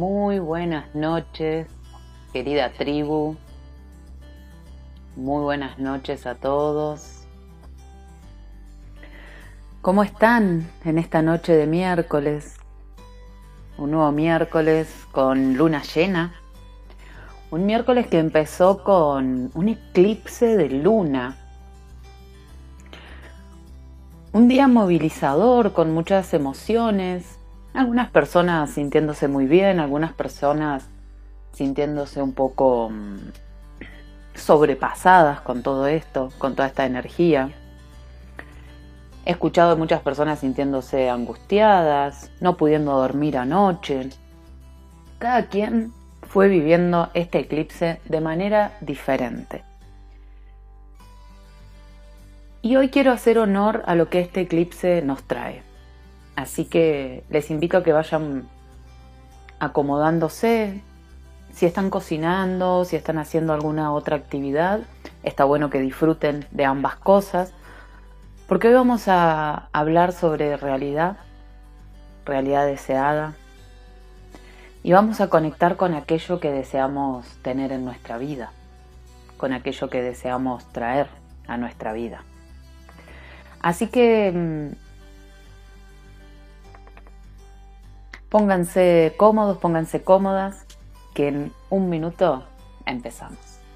Muy buenas noches, querida tribu. Muy buenas noches a todos. ¿Cómo están en esta noche de miércoles? Un nuevo miércoles con luna llena. Un miércoles que empezó con un eclipse de luna. Un día movilizador con muchas emociones. Algunas personas sintiéndose muy bien, algunas personas sintiéndose un poco sobrepasadas con todo esto, con toda esta energía. He escuchado de muchas personas sintiéndose angustiadas, no pudiendo dormir anoche. Cada quien fue viviendo este eclipse de manera diferente. Y hoy quiero hacer honor a lo que este eclipse nos trae. Así que les invito a que vayan acomodándose. Si están cocinando, si están haciendo alguna otra actividad, está bueno que disfruten de ambas cosas, porque hoy vamos a hablar sobre realidad deseada, y vamos a conectar con aquello que deseamos tener en nuestra vida, con aquello que deseamos traer a nuestra vida. Así que pónganse cómodos, pónganse cómodas, que en un minuto empezamos.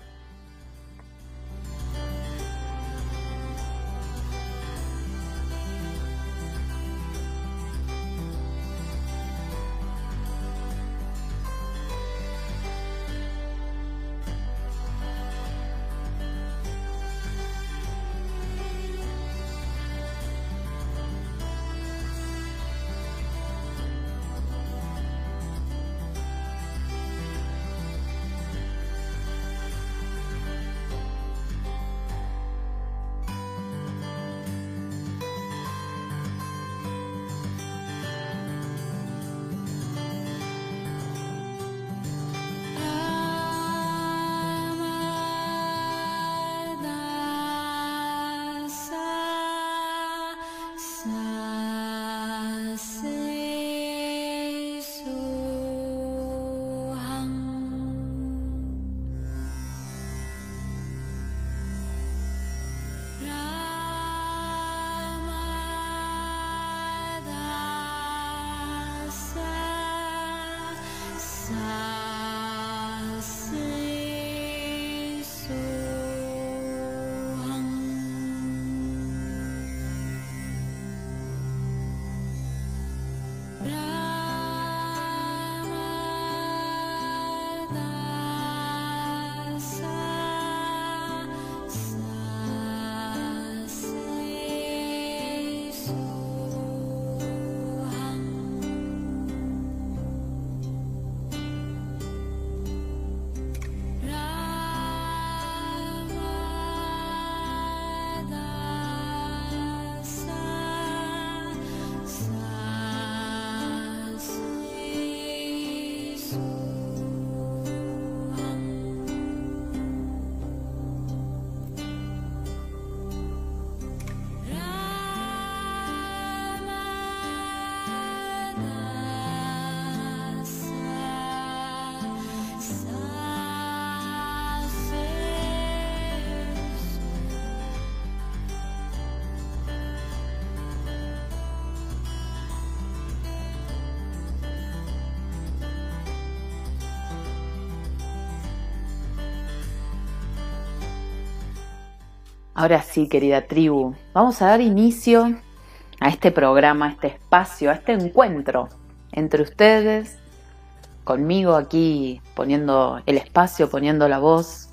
Ahora sí, querida tribu, vamos a dar inicio a este programa, a este espacio, a este encuentro entre ustedes, conmigo aquí poniendo el espacio, poniendo la voz.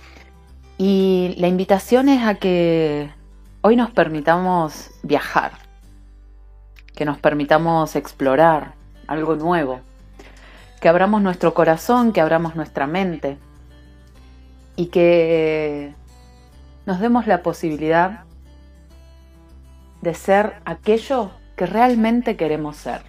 Y la invitación es a que hoy nos permitamos viajar, que nos permitamos explorar algo nuevo, que abramos nuestro corazón, que abramos nuestra mente y que nos demos la posibilidad de ser aquello que realmente queremos ser.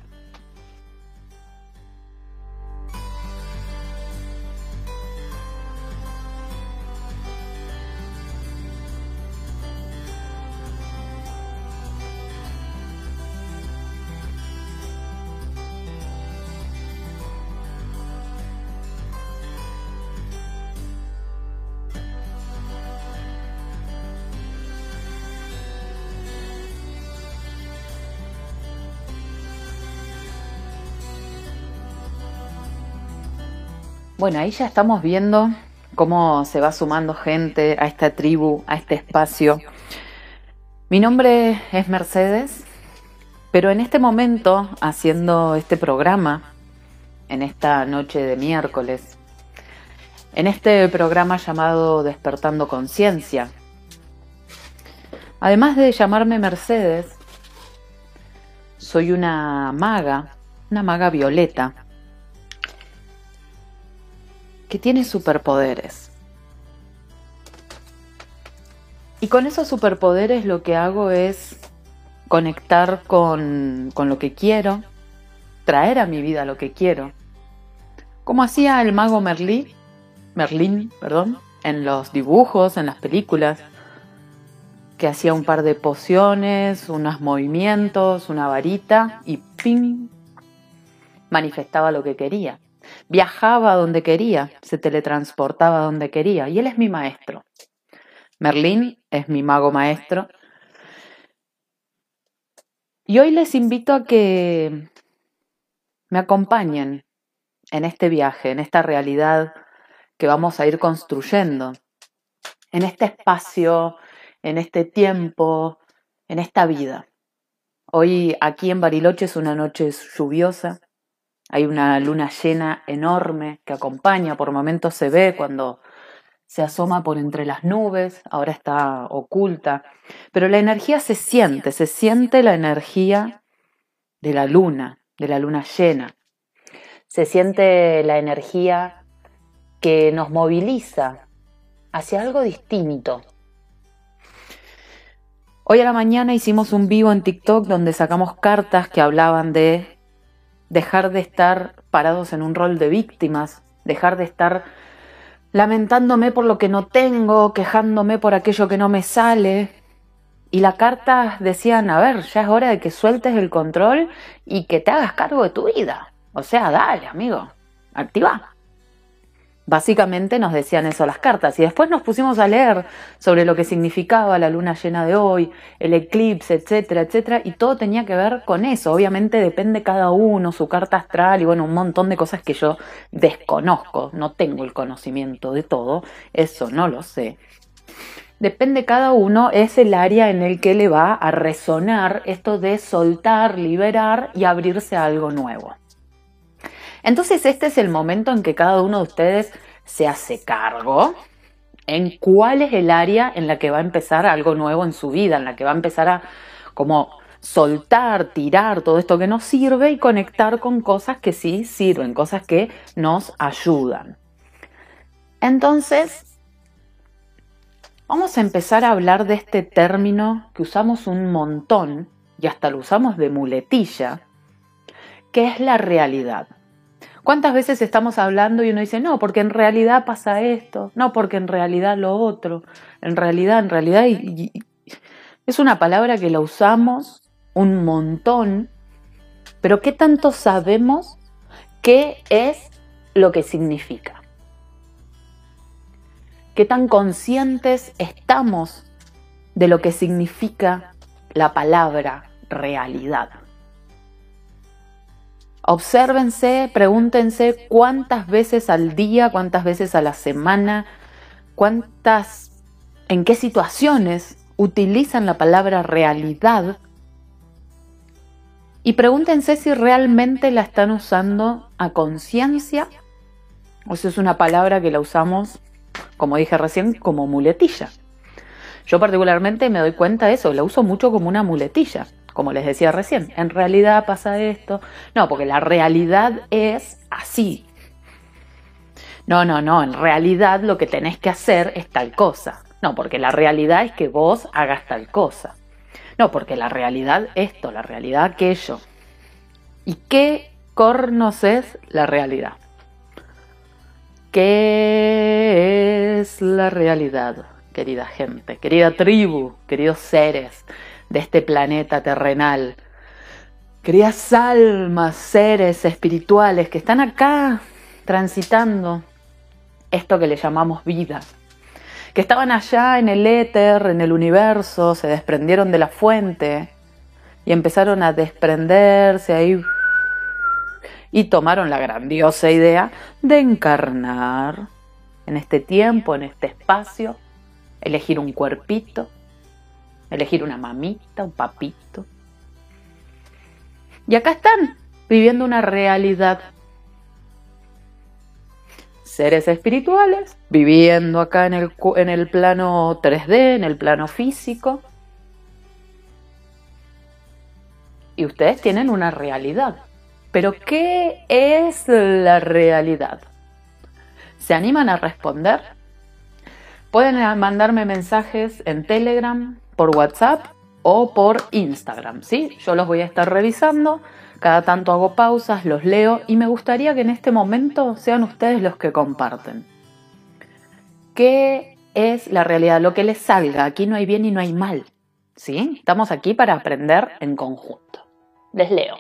Bueno, ahí ya estamos viendo cómo se va sumando gente a esta tribu, a este espacio. Mi nombre es Mercedes, pero en este momento, haciendo este programa, en esta noche de miércoles, en este programa llamado Despertando Conciencia, además de llamarme Mercedes, soy una maga violeta, que tiene superpoderes. Y con esos superpoderes lo que hago es conectar con lo que quiero, traer a mi vida lo que quiero, como hacía el mago Merlín, en los dibujos, en las películas, que hacía un par de pociones, unos movimientos, una varita y ¡ping! Manifestaba lo que quería. Viajaba donde quería, se teletransportaba donde quería, y él es mi maestro. Merlín es mi mago maestro. Y hoy les invito a que me acompañen en este viaje, en esta realidad que vamos a ir construyendo, en este espacio, en este tiempo, en esta vida. Hoy aquí en Bariloche es una noche lluviosa. Hay una luna llena enorme que acompaña, por momentos se ve cuando se asoma por entre las nubes, ahora está oculta, pero la energía se siente la energía de la luna llena, se siente la energía que nos moviliza hacia algo distinto. Hoy a la mañana hicimos un vivo en TikTok donde sacamos cartas que hablaban de dejar de estar parados en un rol de víctimas, dejar de estar lamentándome por lo que no tengo, quejándome por aquello que no me sale. Y las cartas decían, a ver, ya es hora de que sueltes el control y que te hagas cargo de tu vida. O sea, dale, amigo, activa. Básicamente nos decían eso las cartas y después nos pusimos a leer sobre lo que significaba la luna llena de hoy, el eclipse, etcétera, etcétera, y todo tenía que ver con eso. Obviamente depende cada uno, su carta astral y bueno, un montón de cosas que yo desconozco, no tengo el conocimiento de todo, eso no lo sé. Depende cada uno, es el área en el que le va a resonar esto de soltar, liberar y abrirse a algo nuevo. Entonces este es el momento en que cada uno de ustedes se hace cargo en cuál es el área en la que va a empezar algo nuevo en su vida, en la que va a empezar a como soltar, tirar todo esto que nos sirve y conectar con cosas que sí sirven, cosas que nos ayudan. Entonces, vamos a empezar a hablar de este término que usamos un montón y hasta lo usamos de muletilla, que es la realidad. ¿Cuántas veces estamos hablando y uno dice, no, porque en realidad pasa esto, no, porque en realidad lo otro, en realidad, y es una palabra que la usamos un montón, pero ¿qué tanto sabemos qué es lo que significa? ¿Qué tan conscientes estamos de lo que significa la palabra realidad? Obsérvense, pregúntense cuántas veces al día, cuántas veces a la semana, en qué situaciones utilizan la palabra realidad y pregúntense si realmente la están usando a conciencia o si es una palabra que la usamos, como dije recién, como muletilla. Yo particularmente me doy cuenta de eso, la uso mucho como una muletilla. Como les decía recién, en realidad pasa esto. No, porque la realidad es así. No, en realidad lo que tenés que hacer es tal cosa. No, porque la realidad es que vos hagas tal cosa. No, porque la realidad esto, la realidad aquello. ¿Y qué cornos es la realidad? ¿Qué es la realidad, querida gente, querida tribu, queridos seres de este planeta terrenal, queridas almas, seres espirituales que están acá transitando esto que le llamamos vida, que estaban allá en el éter, en el universo, se desprendieron de la fuente y empezaron a desprenderse ahí y tomaron la grandiosa idea de encarnar en este tiempo, en este espacio, elegir un cuerpito, elegir una mamita, un papito. Y acá están, viviendo una realidad. Seres espirituales, viviendo acá en el plano 3D, en el plano físico. Y ustedes tienen una realidad. Pero ¿qué es la realidad? ¿Se animan a responder? Pueden mandarme mensajes en Telegram, por WhatsApp o por Instagram, ¿sí? Yo los voy a estar revisando, cada tanto hago pausas, los leo y me gustaría que en este momento sean ustedes los que comparten. ¿Qué es la realidad? Lo que les salga, aquí no hay bien y no hay mal, ¿sí? Estamos aquí para aprender en conjunto. Les leo.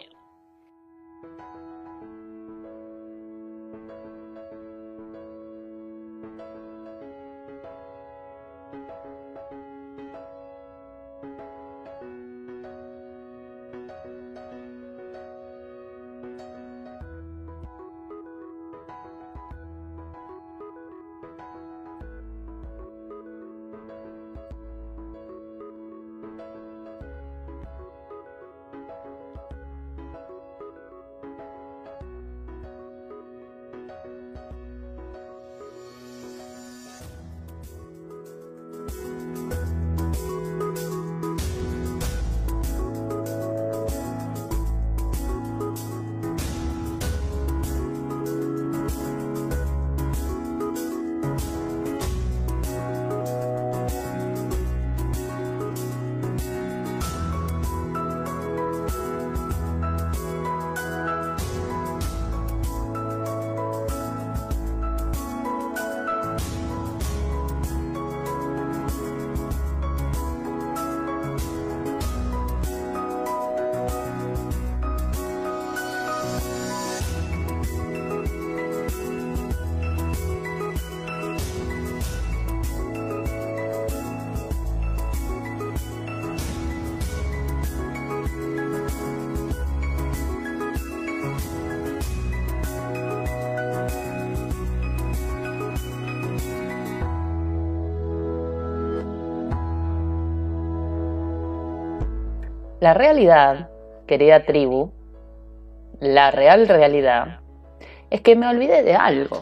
La realidad, querida tribu, la real realidad, es que me olvidé de algo.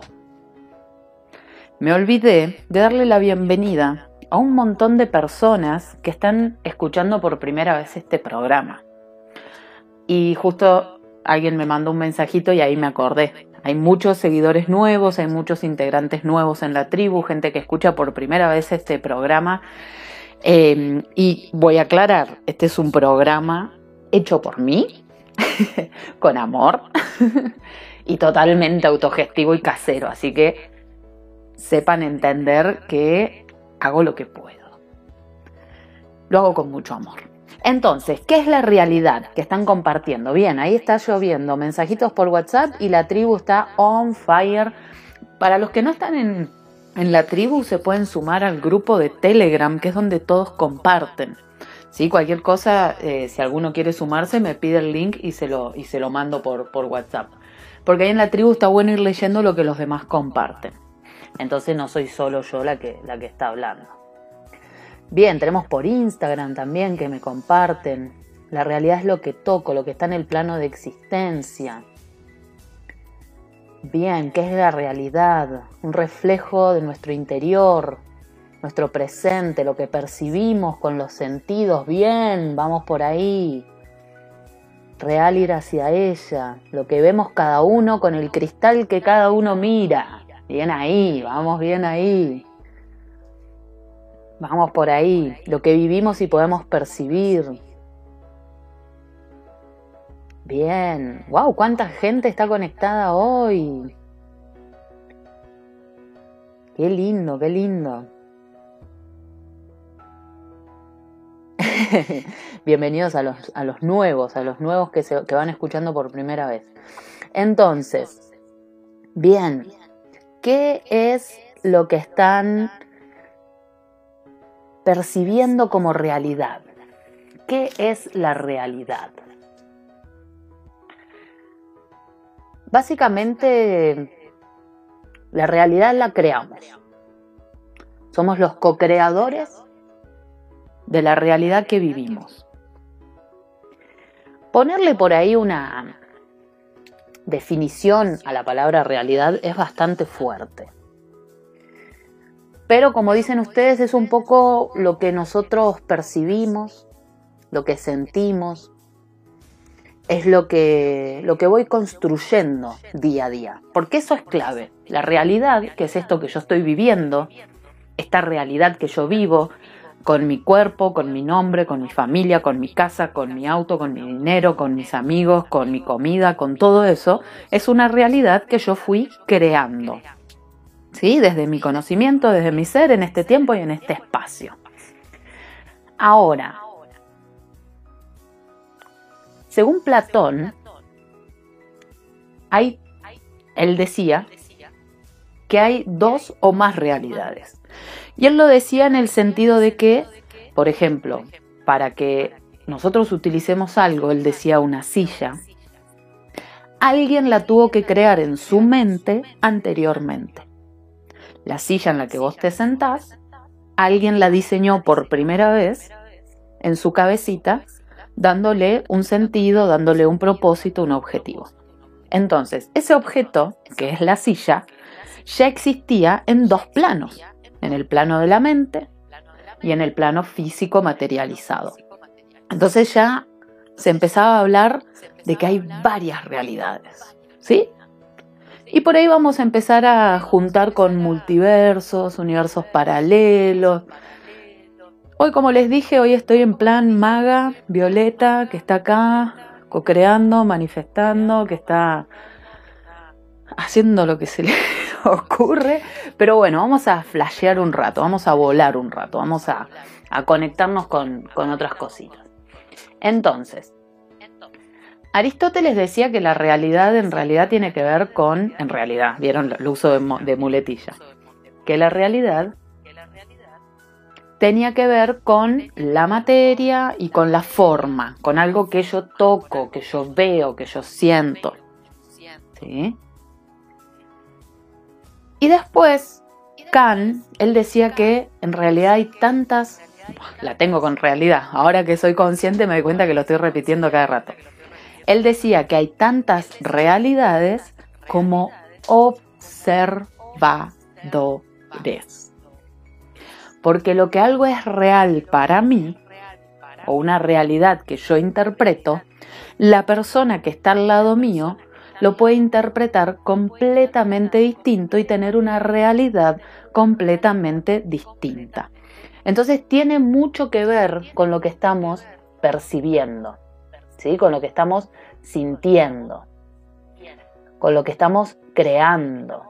Me olvidé de darle la bienvenida a un montón de personas que están escuchando por primera vez este programa. Y justo alguien me mandó un mensajito y ahí me acordé. Hay muchos seguidores nuevos, hay muchos integrantes nuevos en la tribu, gente que escucha por primera vez este programa. Y voy a aclarar, este es un programa hecho por mí, con amor, y totalmente autogestivo y casero, así que sepan entender que hago lo que puedo. Lo hago con mucho amor. Entonces, ¿qué es la realidad que están compartiendo? Bien, ahí está lloviendo mensajitos por WhatsApp y la tribu está on fire. Para los que no están en la tribu, se pueden sumar al grupo de Telegram, que es donde todos comparten. ¿Sí? Cualquier cosa, si alguno quiere sumarse, me pide el link y se lo mando por WhatsApp. Porque ahí en la tribu está bueno ir leyendo lo que los demás comparten. Entonces no soy solo yo la que está hablando. Bien, tenemos por Instagram también que me comparten. La realidad es lo que toco, lo que está en el plano de existencia. Bien, ¿qué es la realidad? Un reflejo de nuestro interior, nuestro presente, lo que percibimos con los sentidos. Bien, vamos por ahí. Real ir hacia ella, lo que vemos cada uno con el cristal que cada uno mira. Bien ahí, vamos bien ahí. Vamos por ahí, lo que vivimos y podemos percibir. Bien, wow, cuánta gente está conectada hoy. Qué lindo, qué lindo. Bienvenidos a los nuevos que van escuchando por primera vez. Entonces, bien, ¿qué es lo que están percibiendo como realidad? ¿Qué es la realidad? Básicamente, la realidad la creamos. Somos los co-creadores de la realidad que vivimos. Ponerle por ahí una definición a la palabra realidad es bastante fuerte. Pero como dicen ustedes, es un poco lo que nosotros percibimos, lo que sentimos, es lo que voy construyendo día a día. Porque eso es clave. La realidad, que es esto que yo estoy viviendo, esta realidad que yo vivo, con mi cuerpo, con mi nombre, con mi familia, con mi casa, con mi auto, con mi dinero, con mis amigos, con mi comida, con todo eso, es una realidad que yo fui creando. ¿Sí? Desde mi conocimiento, desde mi ser, en este tiempo y en este espacio. Ahora, según Platón, él decía que hay dos o más realidades. Y él lo decía en el sentido de que, por ejemplo, para que nosotros utilicemos algo, él decía una silla, alguien la tuvo que crear en su mente anteriormente. La silla en la que vos te sentás, alguien la diseñó por primera vez en su cabecita, dándole un sentido, dándole un propósito, un objetivo. Entonces, ese objeto, que es la silla, ya existía en dos planos, en el plano de la mente y en el plano físico materializado. Entonces ya se empezaba a hablar de que hay varias realidades, ¿sí? Y por ahí vamos a empezar a juntar con multiversos, universos paralelos. Hoy, como les dije, hoy estoy en plan maga, Violeta, que está acá, co-creando, manifestando, que está haciendo lo que se le ocurre. Pero bueno, vamos a flashear un rato, vamos a volar un rato, vamos a conectarnos con otras cositas. Entonces, Aristóteles decía que la realidad en realidad tiene que ver con, en realidad, vieron el uso de muletilla, que la realidad tenía que ver con la materia y con la forma, con algo que yo toco, que yo veo, que yo siento. ¿Sí? Y después, Kant, él decía que en realidad hay tantas, la tengo con realidad, ahora que soy consciente me doy cuenta que lo estoy repitiendo cada rato. Él decía que hay tantas realidades como observadores. Porque lo que algo es real para mí, o una realidad que yo interpreto, la persona que está al lado mío lo puede interpretar completamente distinto y tener una realidad completamente distinta. Entonces tiene mucho que ver con lo que estamos percibiendo, ¿sí? Con lo que estamos sintiendo, con lo que estamos creando.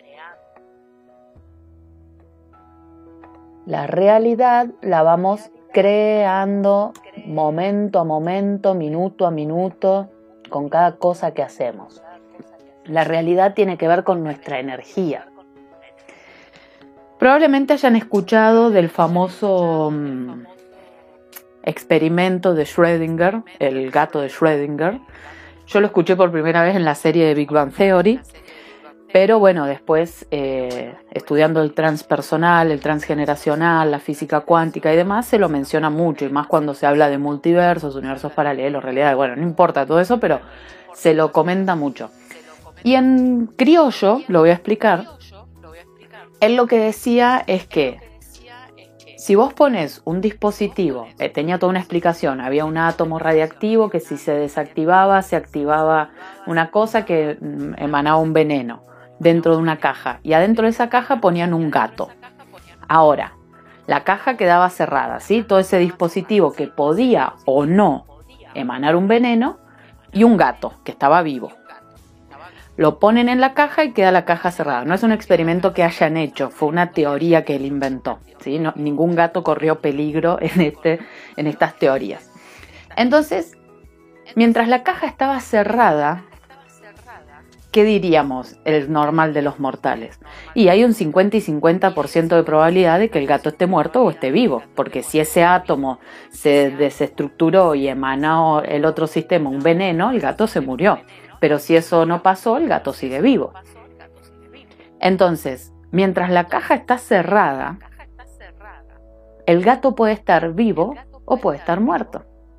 La realidad la vamos creando momento a momento, minuto a minuto, con cada cosa que hacemos. La realidad tiene que ver con nuestra energía. Probablemente hayan escuchado del famoso experimento de Schrödinger, el gato de Schrödinger. Yo lo escuché por primera vez en la serie de Big Bang Theory, pero bueno, después estudiando el transpersonal, el transgeneracional, la física cuántica y demás, se lo menciona mucho, y más cuando se habla de multiversos, universos paralelos, realidades, bueno, no importa todo eso, pero se lo comenta mucho. Y en criollo, lo voy a explicar, él lo que decía es que si vos pones un dispositivo, tenía toda una explicación, había un átomo radiactivo que si se desactivaba, se activaba una cosa que emanaba un veneno dentro de una caja, y adentro de esa caja ponían un gato. Ahora, la caja quedaba cerrada, ¿sí? Todo ese dispositivo que podía o no emanar un veneno y un gato que estaba vivo. Lo ponen en la caja y queda la caja cerrada. No es un experimento que hayan hecho, fue una teoría que él inventó, ¿sí? No, ningún gato corrió peligro en estas teorías. Entonces, mientras la caja estaba cerrada, ¿qué diríamos el normal de los mortales? Y hay un 50 y 50% de probabilidad de que el gato esté muerto o esté vivo, porque si ese átomo se desestructuró y emanó el otro sistema un veneno, el gato se murió. Pero si eso no pasó, el gato sigue vivo. Entonces, mientras la caja está cerrada, el gato puede estar vivo o puede estar muerto.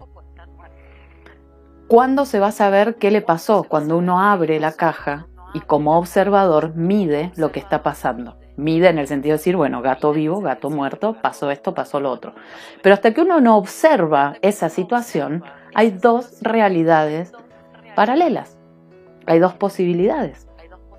¿Cuándo se va a saber qué le pasó? Cuando uno abre la caja y como observador mide lo que está pasando. Mide en el sentido de decir, bueno, gato vivo, gato muerto, pasó esto, pasó lo otro. Pero hasta que uno no observa esa situación, hay dos realidades paralelas. Hay dos posibilidades.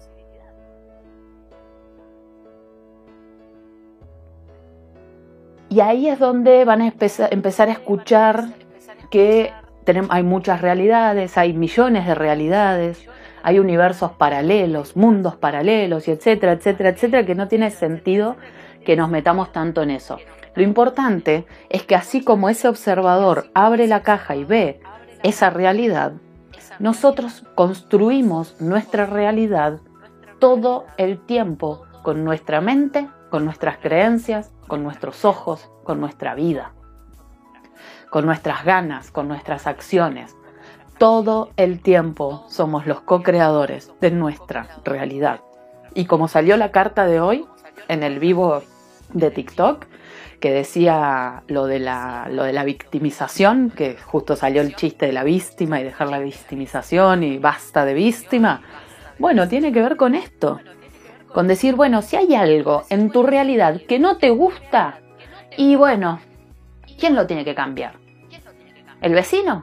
Y ahí es donde van a empezar a escuchar que hay muchas realidades, hay millones de realidades, hay universos paralelos, mundos paralelos, y etcétera, etcétera, etcétera, que no tiene sentido que nos metamos tanto en eso. Lo importante es que así como ese observador abre la caja y ve esa realidad, nosotros construimos nuestra realidad todo el tiempo con nuestra mente, con nuestras creencias, con nuestros ojos, con nuestra vida, con nuestras ganas, con nuestras acciones. Todo el tiempo somos los co-creadores de nuestra realidad. Y como salió la carta de hoy en el vivo de TikTok, que decía lo de la victimización, que justo salió el chiste de la víctima y dejar la victimización y basta de víctima. Bueno, tiene que ver con esto. Con decir, bueno, si hay algo en tu realidad que no te gusta, y bueno, ¿quién lo tiene que cambiar? ¿El vecino?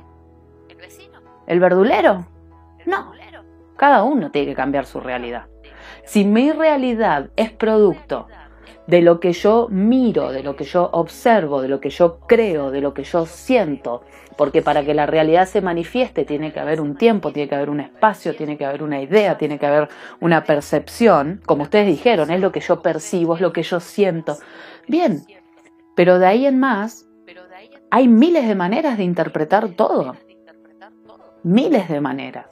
¿El verdulero? No, cada uno tiene que cambiar su realidad. Si mi realidad es producto de lo que yo miro, de lo que yo observo, de lo que yo creo, de lo que yo siento, porque para que la realidad se manifieste tiene que haber un tiempo, tiene que haber un espacio, tiene que haber una idea, tiene que haber una percepción, como ustedes dijeron, es lo que yo percibo, es lo que yo siento. Bien, pero de ahí en más hay miles de maneras de interpretar todo. Miles de maneras.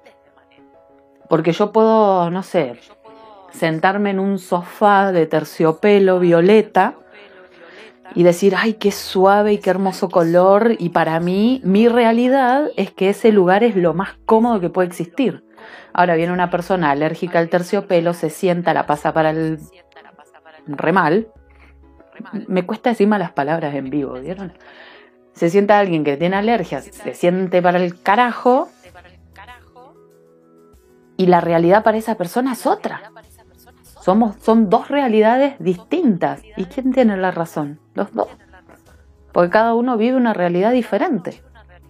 Porque yo puedo, no sé, sentarme en un sofá de terciopelo violeta y decir, ay, qué suave y qué hermoso color, y para mí, mi realidad es que ese lugar es lo más cómodo que puede existir. Ahora viene una persona alérgica al terciopelo, se sienta, la pasa para el remal. Me cuesta decir malas palabras en vivo, ¿vieron? Se sienta alguien que tiene alergias, se siente para el carajo, y la realidad para esa persona es otra. Son dos realidades distintas. ¿Y quién tiene la razón? Los dos. Porque cada uno vive una realidad diferente.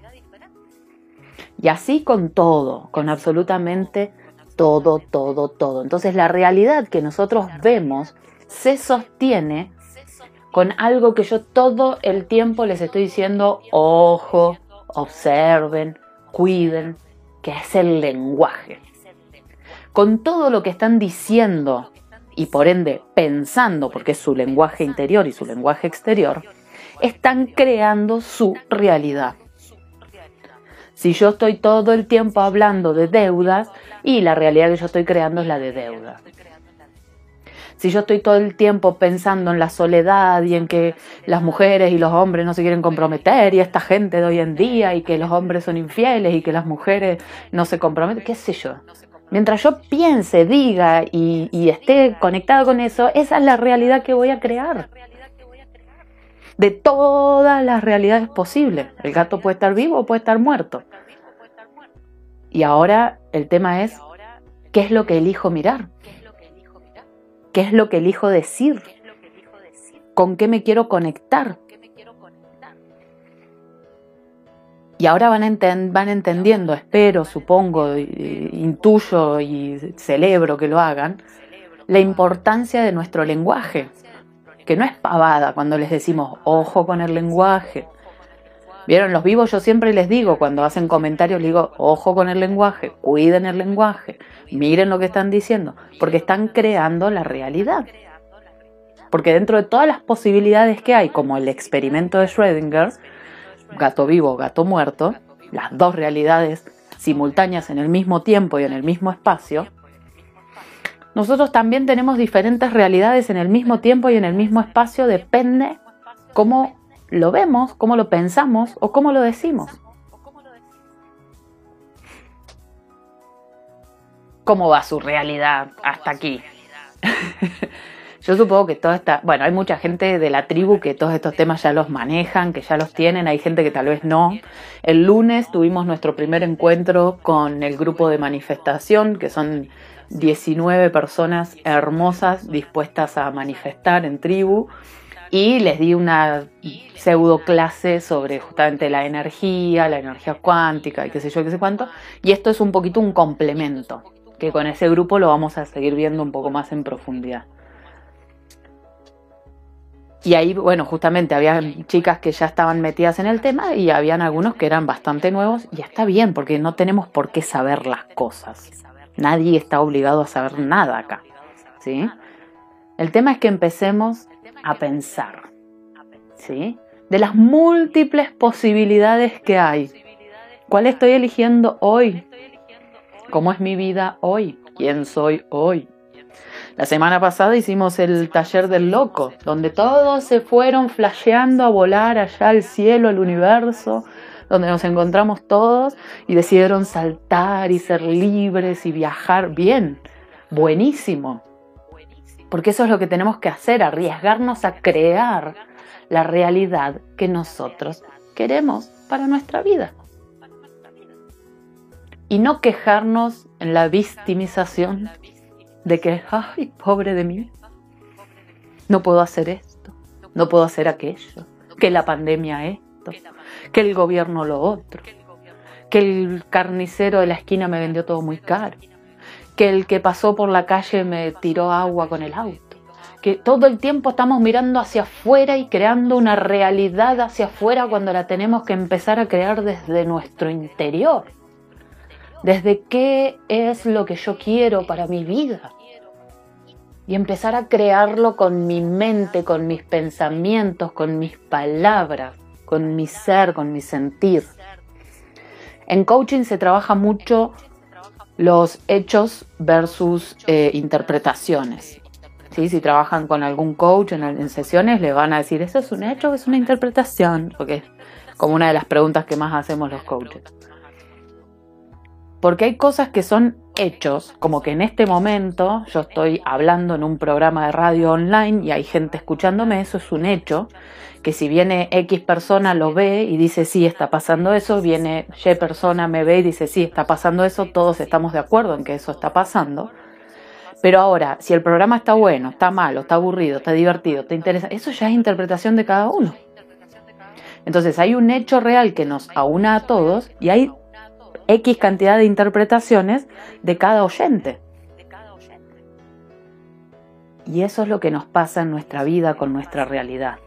Y así con todo, con absolutamente todo, todo, todo. Entonces la realidad que nosotros vemos se sostiene con algo que yo todo el tiempo les estoy diciendo, ojo, observen, cuiden, que es el lenguaje. Con todo lo que están diciendo y por ende pensando, porque es su lenguaje interior y su lenguaje exterior, están creando su realidad. Si yo estoy todo el tiempo hablando de deudas, y la realidad que yo estoy creando es la de deudas. Si yo estoy todo el tiempo pensando en la soledad y en que las mujeres y los hombres no se quieren comprometer, y esta gente de hoy en día, y que los hombres son infieles y que las mujeres no se comprometen, qué sé yo. Mientras yo piense, diga y esté conectado con eso, esa es la realidad que voy a crear. De todas las realidades posibles. El gato puede estar vivo o puede estar muerto. Y ahora el tema es, ¿qué es lo que elijo mirar? ¿Qué es lo que elijo decir? ¿Con qué me quiero conectar? Y ahora van entendiendo, espero, supongo, intuyo y celebro que lo hagan, la importancia de nuestro lenguaje, que no es pavada cuando les decimos, ojo con el lenguaje. ¿Vieron? Los vivos yo siempre les digo, cuando hacen comentarios, les digo, ojo con el lenguaje, cuiden el lenguaje, miren lo que están diciendo, porque están creando la realidad. Porque dentro de todas las posibilidades que hay, como el experimento de Schrödinger, gato vivo, gato muerto, las dos realidades simultáneas en el mismo tiempo y en el mismo espacio, nosotros también tenemos diferentes realidades en el mismo tiempo y en el mismo espacio, depende cómo lo vemos, cómo lo pensamos o cómo lo decimos. ¿Cómo va su realidad hasta aquí? Yo supongo que bueno, hay mucha gente de la tribu que todos estos temas ya los manejan, que ya los tienen, hay gente que tal vez no. El lunes tuvimos nuestro primer encuentro con el grupo de manifestación, que son 19 personas hermosas dispuestas a manifestar en tribu, y les di una pseudo clase sobre justamente la energía cuántica y qué sé yo, qué sé cuánto, y esto es un poquito un complemento, que con ese grupo lo vamos a seguir viendo un poco más en profundidad. Y ahí, bueno, justamente había chicas que ya estaban metidas en el tema y habían algunos que eran bastante nuevos, y está bien, porque no tenemos por qué saber las cosas. Nadie está obligado a saber nada acá, ¿sí? El tema es que empecemos a pensar, ¿sí? De las múltiples posibilidades que hay. ¿Cuál estoy eligiendo hoy? ¿Cómo es mi vida hoy? ¿Quién soy hoy? La semana pasada hicimos el taller del loco, donde todos se fueron flasheando a volar allá al cielo, al universo, donde nos encontramos todos y decidieron saltar y ser libres y viajar bien. Buenísimo. Porque eso es lo que tenemos que hacer, arriesgarnos a crear la realidad que nosotros queremos para nuestra vida. Y no quejarnos en la victimización de que, ay, pobre de mí, no puedo hacer esto, no puedo hacer aquello, que la pandemia esto, que el gobierno lo otro, que el carnicero de la esquina me vendió todo muy caro, que el que pasó por la calle me tiró agua con el auto, que todo el tiempo estamos mirando hacia afuera y creando una realidad hacia afuera cuando la tenemos que empezar a crear desde nuestro interior, desde qué es lo que yo quiero para mi vida. Y empezar a crearlo con mi mente, con mis pensamientos, con mis palabras, con mi ser, con mi sentir. En coaching se trabaja mucho los hechos versus interpretaciones. ¿Sí? Si trabajan con algún coach en sesiones, le van a decir, ¿eso es un hecho o es una interpretación? Porque es como una de las preguntas que más hacemos los coaches. Porque hay cosas que son hechos, como que en este momento yo estoy hablando en un programa de radio online y hay gente escuchándome, eso es un hecho, que si viene X persona lo ve y dice sí, está pasando eso, viene Y persona me ve y dice sí, está pasando eso, todos estamos de acuerdo en que eso está pasando. Pero ahora, si el programa está bueno, está malo, está aburrido, está divertido, te interesa, eso ya es interpretación de cada uno. Entonces hay un hecho real que nos aúna a todos y hay X cantidad de interpretaciones de cada oyente. Y eso es lo que nos pasa en nuestra vida con nuestra realidad.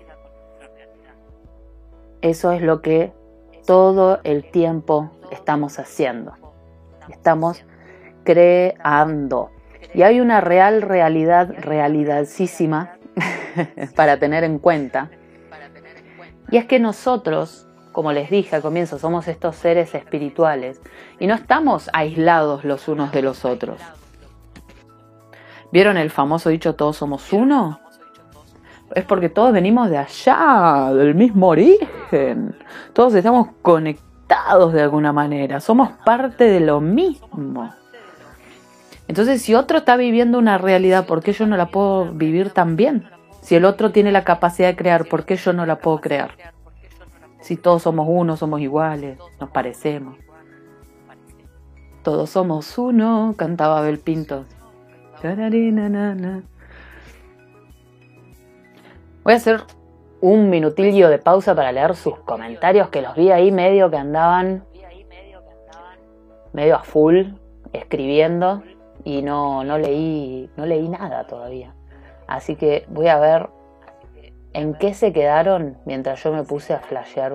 Eso es lo que todo el tiempo estamos haciendo. Estamos creando. Y hay una realidadísima para tener en cuenta. Y es que nosotros, como les dije al comienzo, somos estos seres espirituales y no estamos aislados los unos de los otros. ¿Vieron el famoso dicho todos somos uno? Es porque todos venimos de allá, del mismo origen. Todos estamos conectados de alguna manera, somos parte de lo mismo. Entonces, si otro está viviendo una realidad, ¿por qué yo no la puedo vivir también? Si el otro tiene la capacidad de crear, ¿por qué yo no la puedo crear? Si todos somos uno, somos iguales, nos parecemos. Todos somos uno, cantaba Abel Pintos. Voy a hacer un minutillo de pausa para leer sus comentarios, que los vi ahí medio que andaban medio a full escribiendo y no leí nada todavía. Así que voy a ver ¿en qué se quedaron mientras yo me puse a flashear?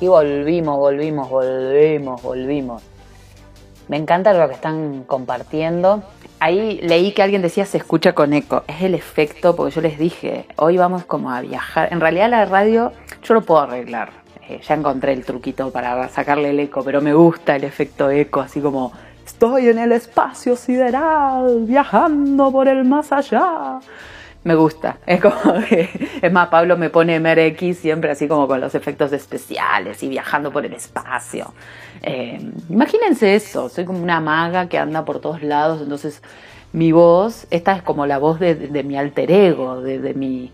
aquí volvimos. Me encanta lo que están compartiendo. Ahí leí que alguien decía se escucha con eco. Es el efecto, porque yo les dije, hoy vamos como a viajar. En realidad la radio yo lo puedo arreglar. Ya encontré el truquito para sacarle el eco, pero me gusta el efecto eco, así como estoy en el espacio sideral, viajando por el más allá. Me gusta, es como que, es más, Pablo me pone MRX siempre así como con los efectos especiales y viajando por el espacio. Imagínense eso, soy como una maga que anda por todos lados, entonces mi voz, esta es como la voz de mi alter ego, de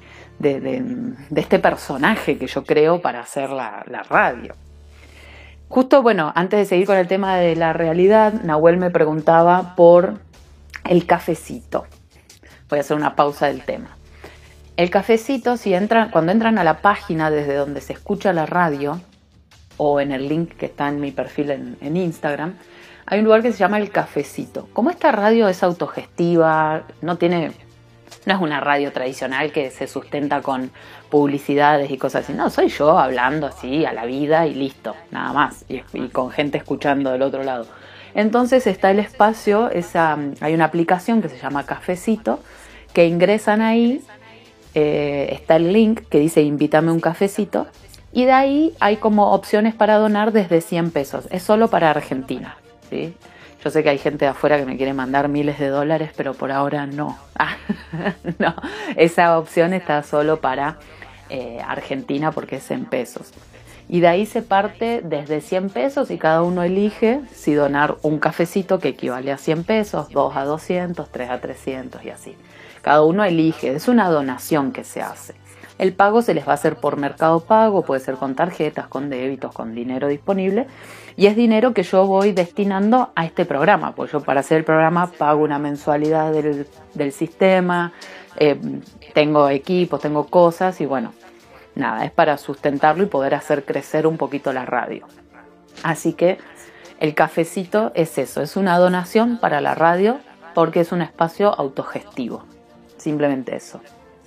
este personaje que yo creo para hacer la radio. Justo, bueno, antes de seguir con el tema de la realidad, Nahuel me preguntaba por el cafecito. Voy a hacer una pausa del tema. El cafecito, cuando entran a la página desde donde se escucha la radio, o en el link que está en mi perfil en Instagram, hay un lugar que se llama El Cafecito. Como esta radio es autogestiva, no es una radio tradicional que se sustenta con publicidades y cosas así. No, soy yo hablando así a la vida y listo, nada más. Y con gente escuchando del otro lado. Entonces está el espacio, hay una aplicación que se llama Cafecito, que ingresan ahí, está el link que dice invítame un cafecito, y de ahí hay como opciones para donar desde 100 pesos. Es solo para Argentina, ¿sí? Yo sé que hay gente de afuera que me quiere mandar miles de dólares, pero por ahora no. No, esa opción está solo para Argentina porque es en pesos. Y de ahí se parte desde 100 pesos y cada uno elige si donar un cafecito que equivale a 100 pesos, 2 a 200, 3 a 300 y así. Cada uno elige, es una donación que se hace. El pago se les va a hacer por Mercado Pago, puede ser con tarjetas, con débitos, con dinero disponible. Y es dinero que yo voy destinando a este programa, porque yo para hacer el programa pago una mensualidad del sistema, tengo equipos, tengo cosas y bueno, nada, es para sustentarlo y poder hacer crecer un poquito la radio. Así que el cafecito es eso, es una donación para la radio porque es un espacio autogestivo. Simplemente eso.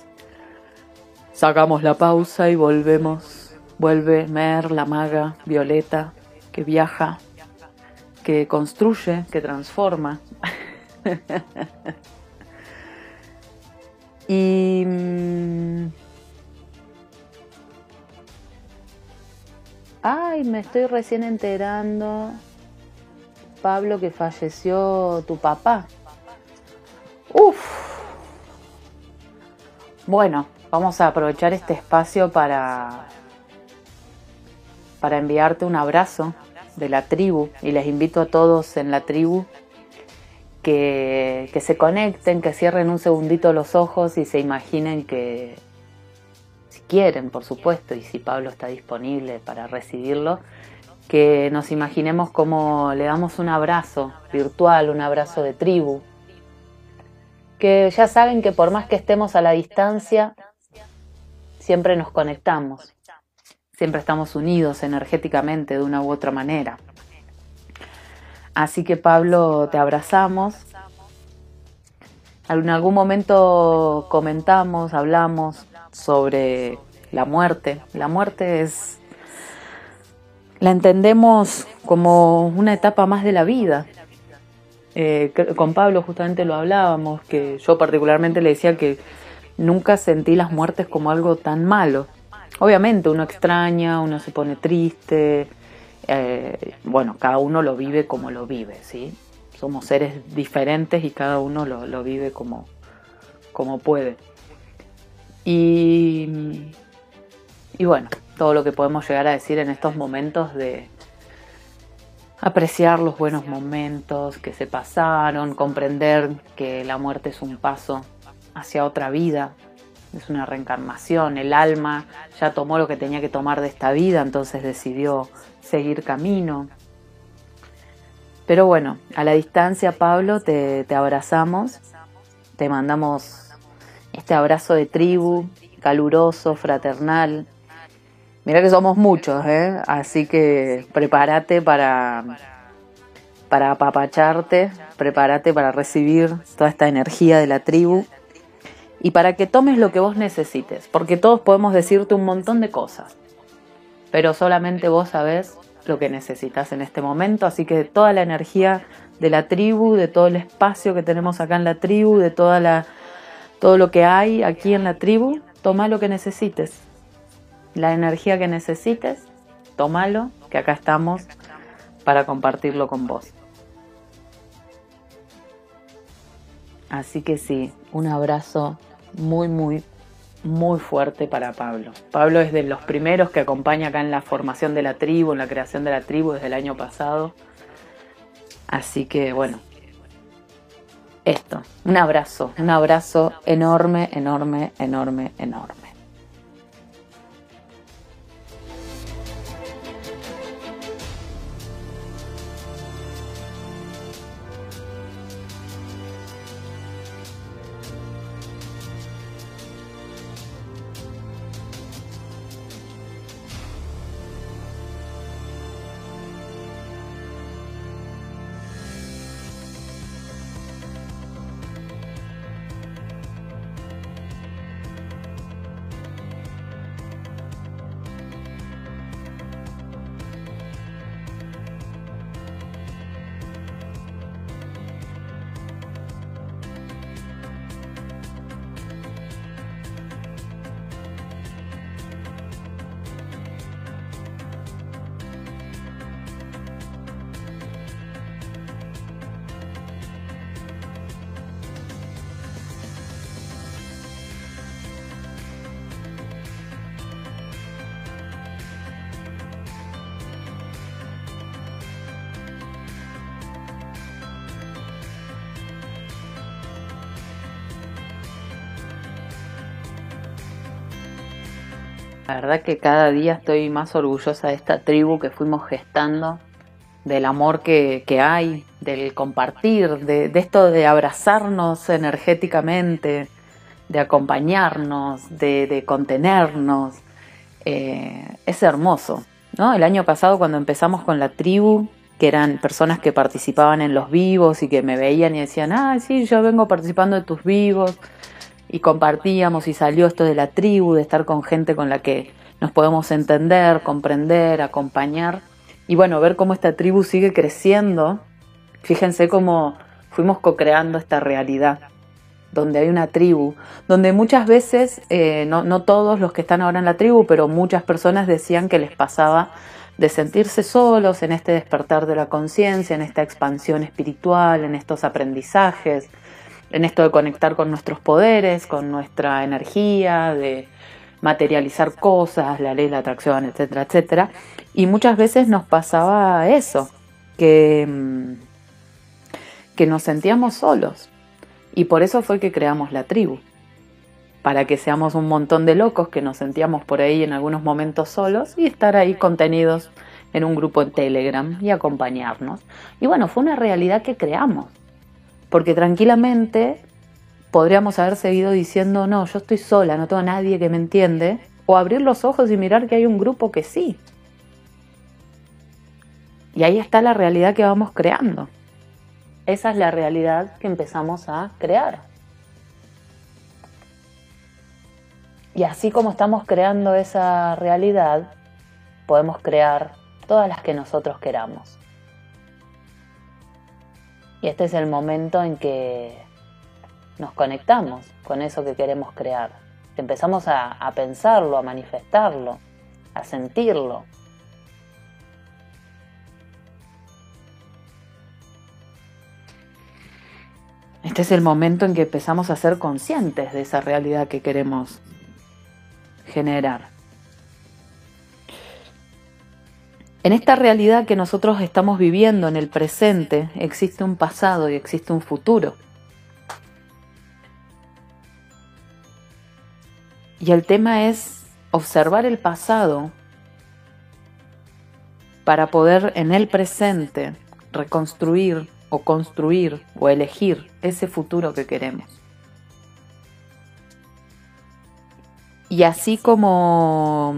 Sacamos la pausa y volvemos. Vuelve Mer, la maga, Violeta, que viaja, que construye, que transforma. Y ay, me estoy recién enterando, Pablo, que falleció tu papá. Uf. Bueno, vamos a aprovechar este espacio para enviarte un abrazo de la tribu y les invito a todos en la tribu que se conecten, que cierren un segundito los ojos y se imaginen que, si quieren, por supuesto, y si Pablo está disponible para recibirlo, que nos imaginemos como le damos un abrazo virtual, un abrazo de tribu, que ya saben que por más que estemos a la distancia, siempre nos conectamos, siempre estamos unidos energéticamente de una u otra manera. Así que Pablo, te abrazamos. En algún momento comentamos, hablamos sobre la muerte. La muerte la entendemos como una etapa más de la vida. Con Pablo justamente lo hablábamos, que yo particularmente le decía que nunca sentí las muertes como algo tan malo. Obviamente uno extraña, uno se pone triste, bueno, cada uno lo vive como lo vive, ¿sí? Somos seres diferentes y cada uno lo vive como puede. Y bueno, todo lo que podemos llegar a decir en estos momentos de apreciar los buenos momentos que se pasaron, comprender que la muerte es un paso hacia otra vida, es una reencarnación, el alma ya tomó lo que tenía que tomar de esta vida, entonces decidió seguir camino. Pero bueno, a la distancia, Pablo, te abrazamos, te mandamos este abrazo de tribu, caluroso, fraternal. Mirá que somos muchos, así que prepárate para apapacharte, prepárate para recibir toda esta energía de la tribu y para que tomes lo que vos necesites, porque todos podemos decirte un montón de cosas. pero solamente vos sabés lo que necesitas en este momento, así que toda la energía de la tribu, de todo el espacio que tenemos acá en la tribu, de todo lo que hay aquí en la tribu, toma lo que necesites, la energía que necesites, tómalo, que acá estamos para compartirlo con vos. Así que sí, un abrazo muy, muy, muy fuerte para Pablo. Pablo es de los primeros que acompaña acá en la formación de la tribu, en la creación de la tribu desde el año pasado. Así que bueno, esto, un abrazo enorme, enorme, enorme, enorme. La verdad que cada día estoy más orgullosa de esta tribu que fuimos gestando, del amor que hay, del compartir, de esto de abrazarnos energéticamente, de acompañarnos, de contenernos. Es hermoso, ¿no? El año pasado cuando empezamos con la tribu, que eran personas que participaban en los vivos y que me veían y decían, ah, sí, yo vengo participando de tus vivos, y compartíamos y salió esto de la tribu, de estar con gente con la que nos podemos entender, comprender, acompañar. Y bueno, ver cómo esta tribu sigue creciendo. Fíjense cómo fuimos co-creando esta realidad, donde hay una tribu, donde muchas veces, no todos los que están ahora en la tribu, pero muchas personas decían que les pasaba de sentirse solos en este despertar de la conciencia, en esta expansión espiritual, en estos aprendizajes, en esto de conectar con nuestros poderes, con nuestra energía, de materializar cosas, la ley de la atracción, etcétera, etcétera. Y muchas veces nos pasaba eso, que nos sentíamos solos. Y por eso fue que creamos la tribu, para que seamos un montón de locos que nos sentíamos por ahí en algunos momentos solos y estar ahí contenidos en un grupo en Telegram y acompañarnos. Y bueno, fue una realidad que creamos. Porque tranquilamente podríamos haber seguido diciendo, no, yo estoy sola, no tengo a nadie que me entiende, o abrir los ojos y mirar que hay un grupo que sí. Y ahí está la realidad que vamos creando. Esa es la realidad que empezamos a crear. Y así como estamos creando esa realidad, podemos crear todas las que nosotros queramos. Y este es el momento en que nos conectamos con eso que queremos crear. Empezamos a pensarlo, a manifestarlo, a sentirlo. Este es el momento en que empezamos a ser conscientes de esa realidad que queremos generar. En esta realidad que nosotros estamos viviendo en el presente, existe un pasado y existe un futuro. Y el tema es observar el pasado para poder en el presente reconstruir o construir o elegir ese futuro que queremos. Y así como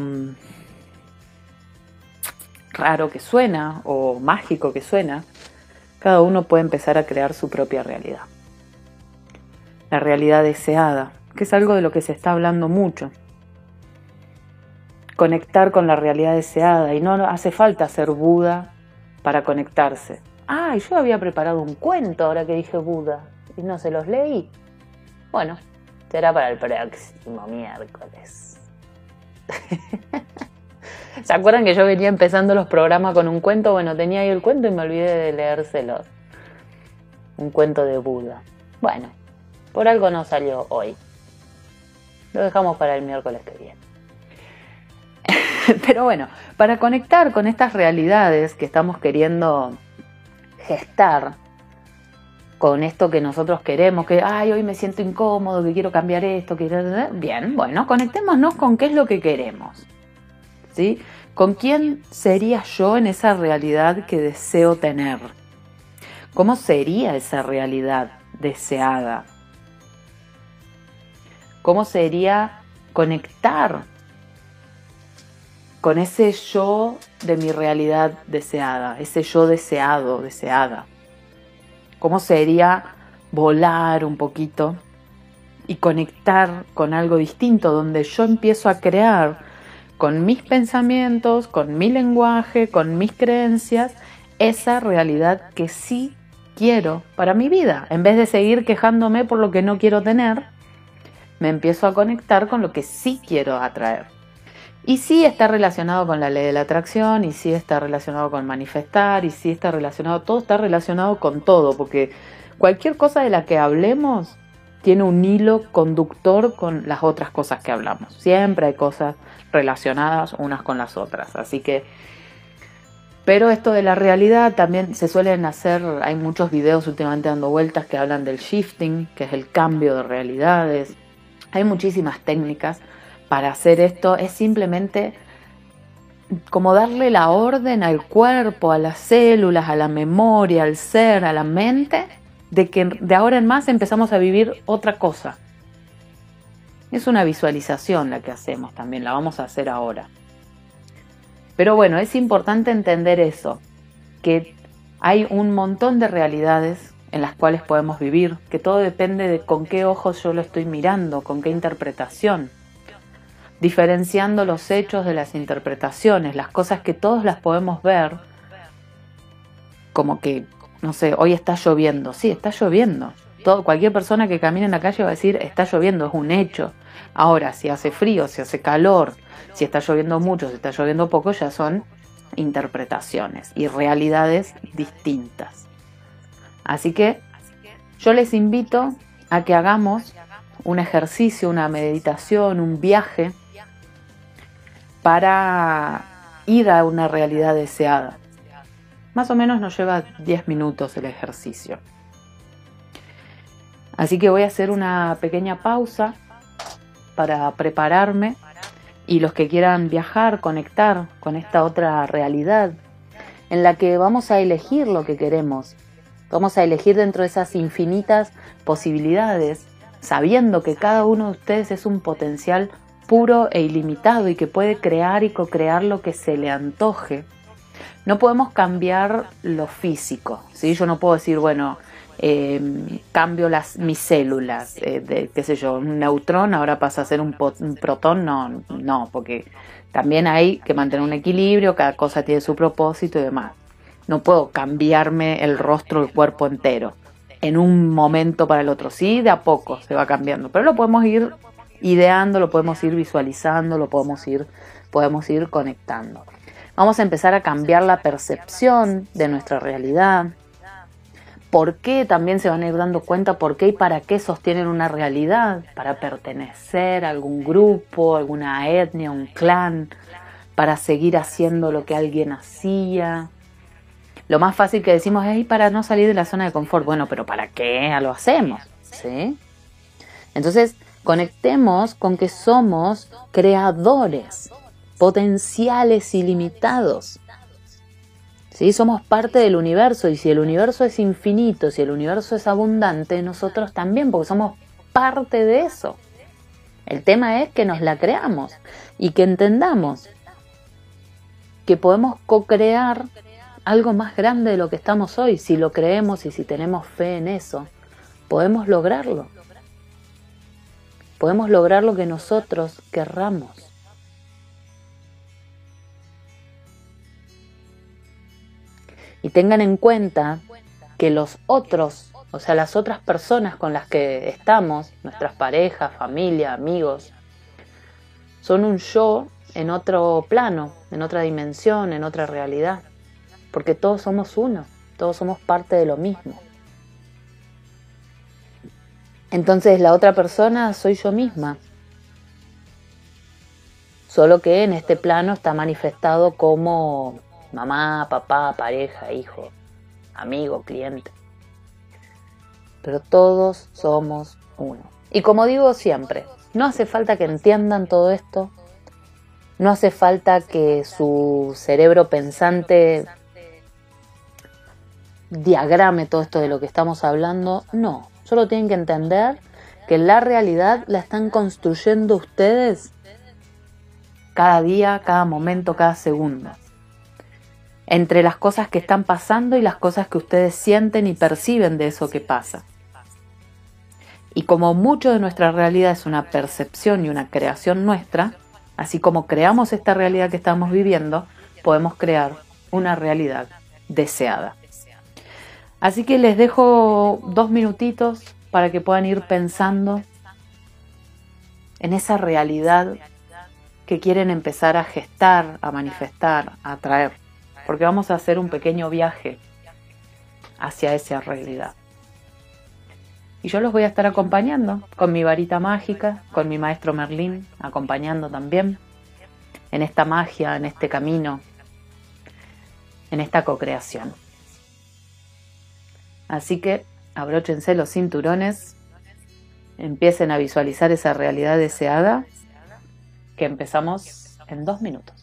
raro que suena o mágico que suena, cada uno puede empezar a crear su propia realidad. La realidad deseada, que es algo de lo que se está hablando mucho. conectar con la realidad deseada. Y no hace falta ser Buda para conectarse. Ah, y yo había preparado un cuento ahora que dije Buda y no se los leí. Bueno, será para el próximo miércoles. ¿Se acuerdan que yo venía empezando los programas con un cuento? Bueno, tenía ahí el cuento y me olvidé de leérselos. Un cuento de Buda. Bueno, por algo no salió hoy. Lo dejamos para el miércoles que viene. Pero bueno, para conectar con estas realidades que estamos queriendo gestar, con esto que nosotros queremos, que ay, hoy me siento incómodo, que quiero cambiar esto, que bien, bueno, conectémonos con qué es lo que queremos. ¿Sí? ¿Con quién sería yo en esa realidad que deseo tener? ¿Cómo sería esa realidad deseada? ¿Cómo sería conectar con ese yo de mi realidad deseada, ese yo deseado, deseada? ¿Cómo sería volar un poquito y conectar con algo distinto, donde yo empiezo a crear con mis pensamientos, con mi lenguaje, con mis creencias, esa realidad que sí quiero para mi vida? En vez de seguir quejándome por lo que no quiero tener, me empiezo a conectar con lo que sí quiero atraer. Y sí está relacionado con la ley de la atracción, y sí está relacionado con manifestar, y sí está relacionado, todo está relacionado con todo, porque cualquier cosa de la que hablemos tiene un hilo conductor con las otras cosas que hablamos. Siempre hay cosas relacionadas unas con las otras, así que... Pero esto de la realidad también se suelen hacer, hay muchos videos últimamente dando vueltas que hablan del shifting, que es el cambio de realidades. Hay muchísimas técnicas para hacer esto. Es simplemente como darle la orden al cuerpo, a las células, a la memoria, al ser, a la mente, de que de ahora en más empezamos a vivir otra cosa. Es una visualización la que hacemos también, la vamos a hacer ahora. Pero bueno, es importante entender eso, que hay un montón de realidades en las cuales podemos vivir, que todo depende de con qué ojos yo lo estoy mirando, con qué interpretación. Diferenciando los hechos de las interpretaciones, las cosas que todos las podemos ver, como que, no sé, hoy está lloviendo. Sí, está lloviendo. Cualquier persona que camine en la calle va a decir, está lloviendo, es un hecho. Ahora, si hace frío, si hace calor, si está lloviendo mucho, si está lloviendo poco, ya son interpretaciones y realidades distintas. Así que yo les invito a que hagamos un ejercicio, una meditación, un viaje para ir a una realidad deseada. Más o menos nos lleva 10 minutos el ejercicio. Así que voy a hacer una pequeña pausa para prepararme, y los que quieran viajar, conectar con esta otra realidad en la que vamos a elegir lo que queremos. Vamos a elegir dentro de esas infinitas posibilidades, sabiendo que cada uno de ustedes es un potencial puro e ilimitado y que puede crear y co-crear lo que se le antoje. No podemos cambiar lo físico, ¿sí? Yo no puedo decir, bueno, cambio mis células, qué sé yo, un neutrón ahora pasa a ser un protón, no, porque también hay que mantener un equilibrio, cada cosa tiene su propósito y demás. No puedo cambiarme el rostro, el cuerpo entero, en un momento para el otro. Sí, de a poco se va cambiando, pero lo podemos ir ideando, lo podemos ir visualizando, lo podemos ir conectando. Vamos a empezar a cambiar la percepción de nuestra realidad. ¿Por qué? También se van a ir dando cuenta por qué y para qué sostienen una realidad. Para pertenecer a algún grupo, alguna etnia, un clan, para seguir haciendo lo que alguien hacía. Lo más fácil que decimos es para no salir de la zona de confort. Bueno, pero ¿para qué lo hacemos? ¿Sí? Entonces, conectemos con que somos creadores, potenciales ilimitados. ¿Sí? Somos parte del universo, y si el universo es infinito, si el universo es abundante, nosotros también, porque somos parte de eso. El tema es que nos la creamos y que entendamos que podemos co-crear algo más grande de lo que estamos hoy. Si lo creemos y si tenemos fe en eso, podemos lograrlo. Podemos lograr lo que nosotros querramos. Y tengan en cuenta que los otros, o sea, las otras personas con las que estamos, nuestras parejas, familia, amigos, son un yo en otro plano, en otra dimensión, en otra realidad. Porque todos somos uno, todos somos parte de lo mismo. Entonces la otra persona soy yo misma. Solo que en este plano está manifestado como mamá, papá, pareja, hijo, amigo, cliente. Pero todos somos uno. Y como digo siempre, no hace falta que entiendan todo esto, no hace falta que su cerebro pensante diagrame todo esto de lo que estamos hablando, no. Solo tienen que entender que la realidad la están construyendo ustedes cada día, cada momento, cada segundo. Entre las cosas que están pasando y las cosas que ustedes sienten y perciben de eso que pasa. Y como mucho de nuestra realidad es una percepción y una creación nuestra, así como creamos esta realidad que estamos viviendo, podemos crear una realidad deseada. Así que les dejo 2 minutitos para que puedan ir pensando en esa realidad que quieren empezar a gestar, a manifestar, a atraer. Porque vamos a hacer un pequeño viaje hacia esa realidad. Y yo los voy a estar acompañando con mi varita mágica, con mi maestro Merlín, acompañando también en esta magia, en este camino, en esta co-creación. Así que abróchense los cinturones, empiecen a visualizar esa realidad deseada, que empezamos en 2 minutos.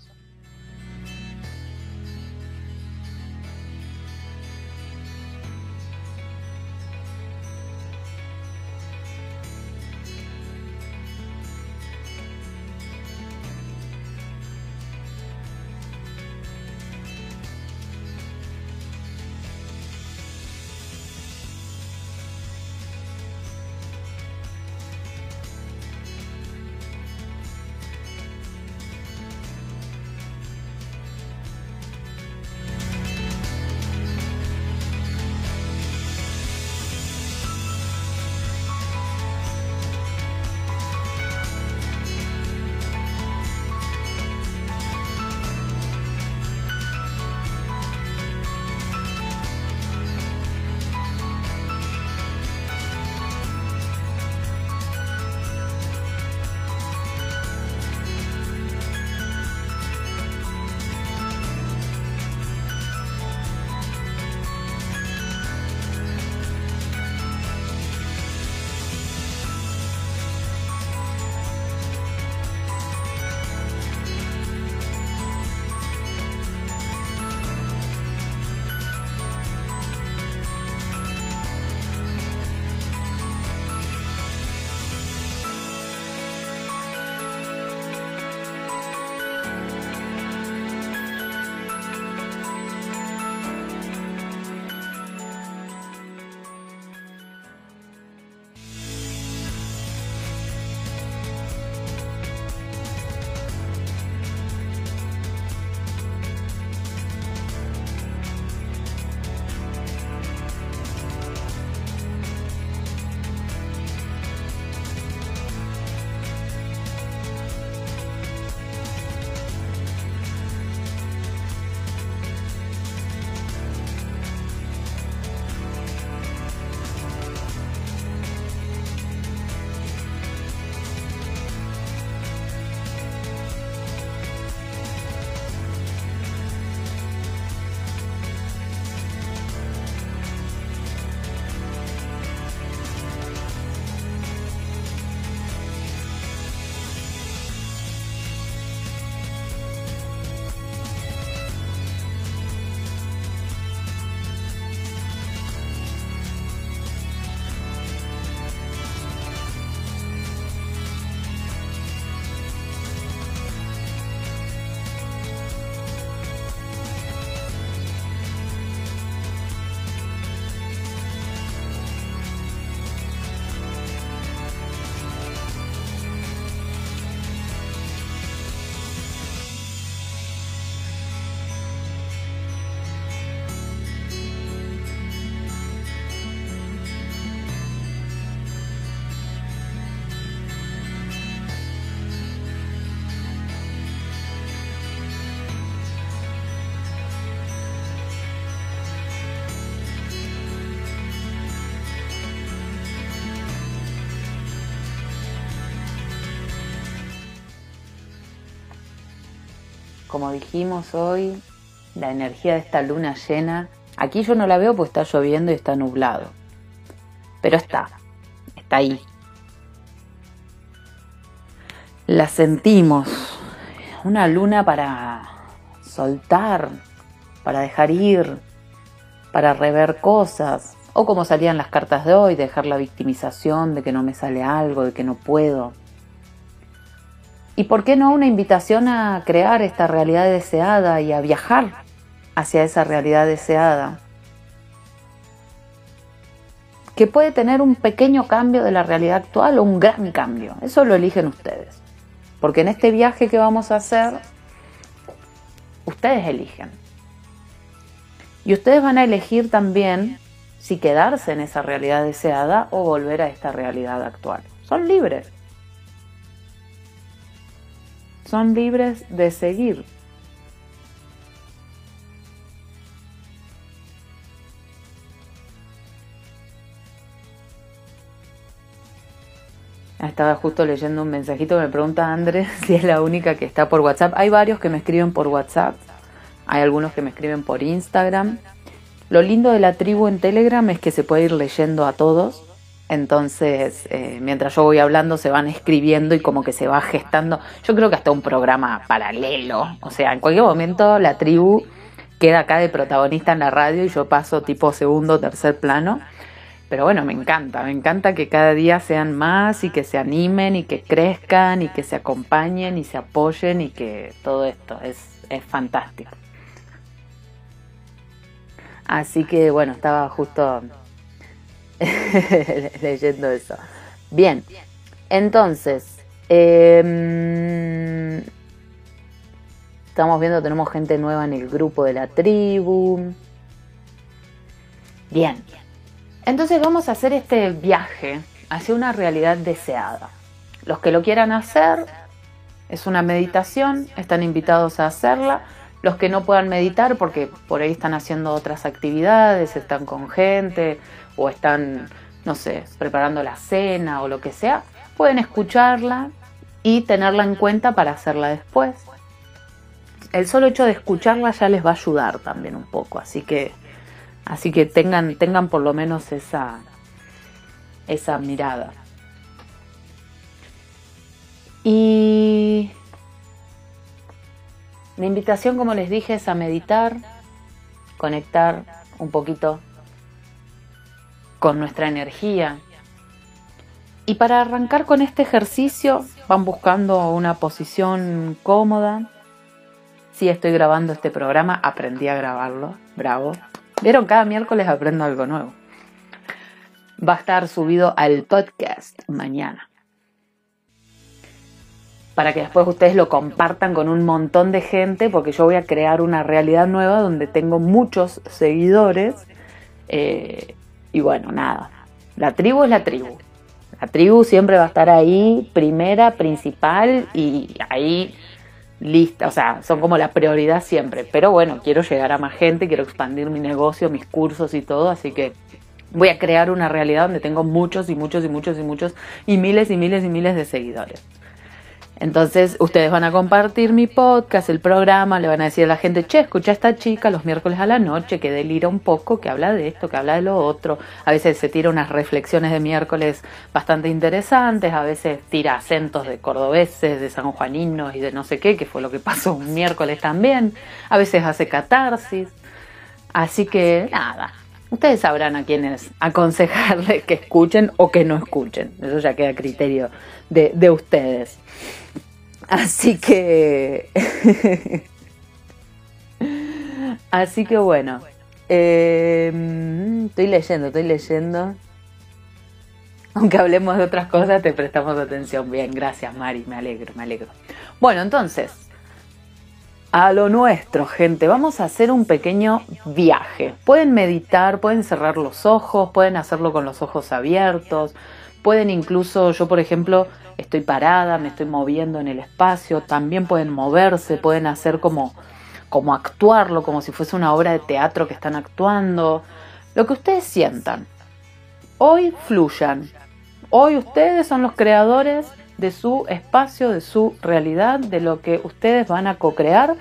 como dijimos hoy, la energía de esta luna llena. Aquí yo no la veo porque está lloviendo y está nublado. Pero está ahí. La sentimos. Una luna para soltar, para dejar ir, para rever cosas. O como salían las cartas de hoy, dejar la victimización de que no me sale algo, de que no puedo. ¿Y por qué no una invitación a crear esta realidad deseada y a viajar hacia esa realidad deseada? Que puede tener un pequeño cambio de la realidad actual o un gran cambio. Eso lo eligen ustedes. Porque en este viaje que vamos a hacer, ustedes eligen. Y ustedes van a elegir también si quedarse en esa realidad deseada o volver a esta realidad actual. Son libres. Son libres de seguir. Estaba justo leyendo un mensajito que me pregunta Andrés si es la única que está por WhatsApp. Hay varios que me escriben por WhatsApp. Hay algunos que me escriben por Instagram. Lo lindo de la tribu en Telegram es que se puede ir leyendo a todos. Entonces, mientras yo voy hablando, se van escribiendo y como que se va gestando. Yo creo que hasta un programa paralelo. O sea, en cualquier momento la tribu queda acá de protagonista en la radio y yo paso tipo segundo o tercer plano. Pero bueno, me encanta que cada día sean más y que se animen y que crezcan y que se acompañen y se apoyen y que todo esto es fantástico. Así que bueno, estaba justo leyendo eso. Bien, entonces, estamos viendo, tenemos gente nueva en el grupo de la tribu. Bien, entonces vamos a hacer este viaje hacia una realidad deseada. Los que lo quieran hacer, es una meditación, están invitados a hacerla. Los que no puedan meditar porque por ahí están haciendo otras actividades, están con gente o están, no sé, preparando la cena o lo que sea, pueden escucharla y tenerla en cuenta para hacerla después. El solo hecho de escucharla ya les va a ayudar también un poco, así que tengan por lo menos esa mirada. Y la invitación, como les dije, es a meditar, conectar un poquito con nuestra energía. Y para arrancar con este ejercicio, van buscando una posición cómoda. Sí, estoy grabando este programa, aprendí a grabarlo, bravo. ¿Vieron? Cada miércoles aprendo algo nuevo. Va a estar subido al podcast mañana, para que después ustedes lo compartan con un montón de gente, porque yo voy a crear una realidad nueva donde tengo muchos seguidores. Y bueno, nada, la tribu es la tribu. La tribu siempre va a estar ahí, primera, principal, y ahí lista, o sea, son como la prioridad siempre. Pero bueno, quiero llegar a más gente, quiero expandir mi negocio, mis cursos y todo, así que voy a crear una realidad donde tengo muchos y muchos y muchos y muchos y miles y miles y miles de seguidores. Entonces ustedes van a compartir mi podcast, el programa, le van a decir a la gente, che, escucha a esta chica los miércoles a la noche que delira un poco, que habla de esto, que habla de lo otro. A veces se tira unas reflexiones de miércoles bastante interesantes, a veces tira acentos de cordobeses, de sanjuaninos y de no sé qué, que fue lo que pasó un miércoles también. A veces hace catarsis. Así que nada, ustedes sabrán a quiénes aconsejarles que escuchen o que no escuchen. Eso ya queda a criterio de ustedes. Así que bueno, estoy leyendo. Aunque hablemos de otras cosas, te prestamos atención. Bien, gracias Mari, me alegro. Bueno, entonces, a lo nuestro, gente, vamos a hacer un pequeño viaje. Pueden meditar, pueden cerrar los ojos, pueden hacerlo con los ojos abiertos, pueden incluso, yo por ejemplo, estoy parada, me estoy moviendo en el espacio, también pueden moverse, pueden hacer como actuarlo, como si fuese una obra de teatro que están actuando, lo que ustedes sientan. Hoy fluyan, hoy ustedes son los creadores de su espacio, de su realidad, de lo que ustedes van a co-crear.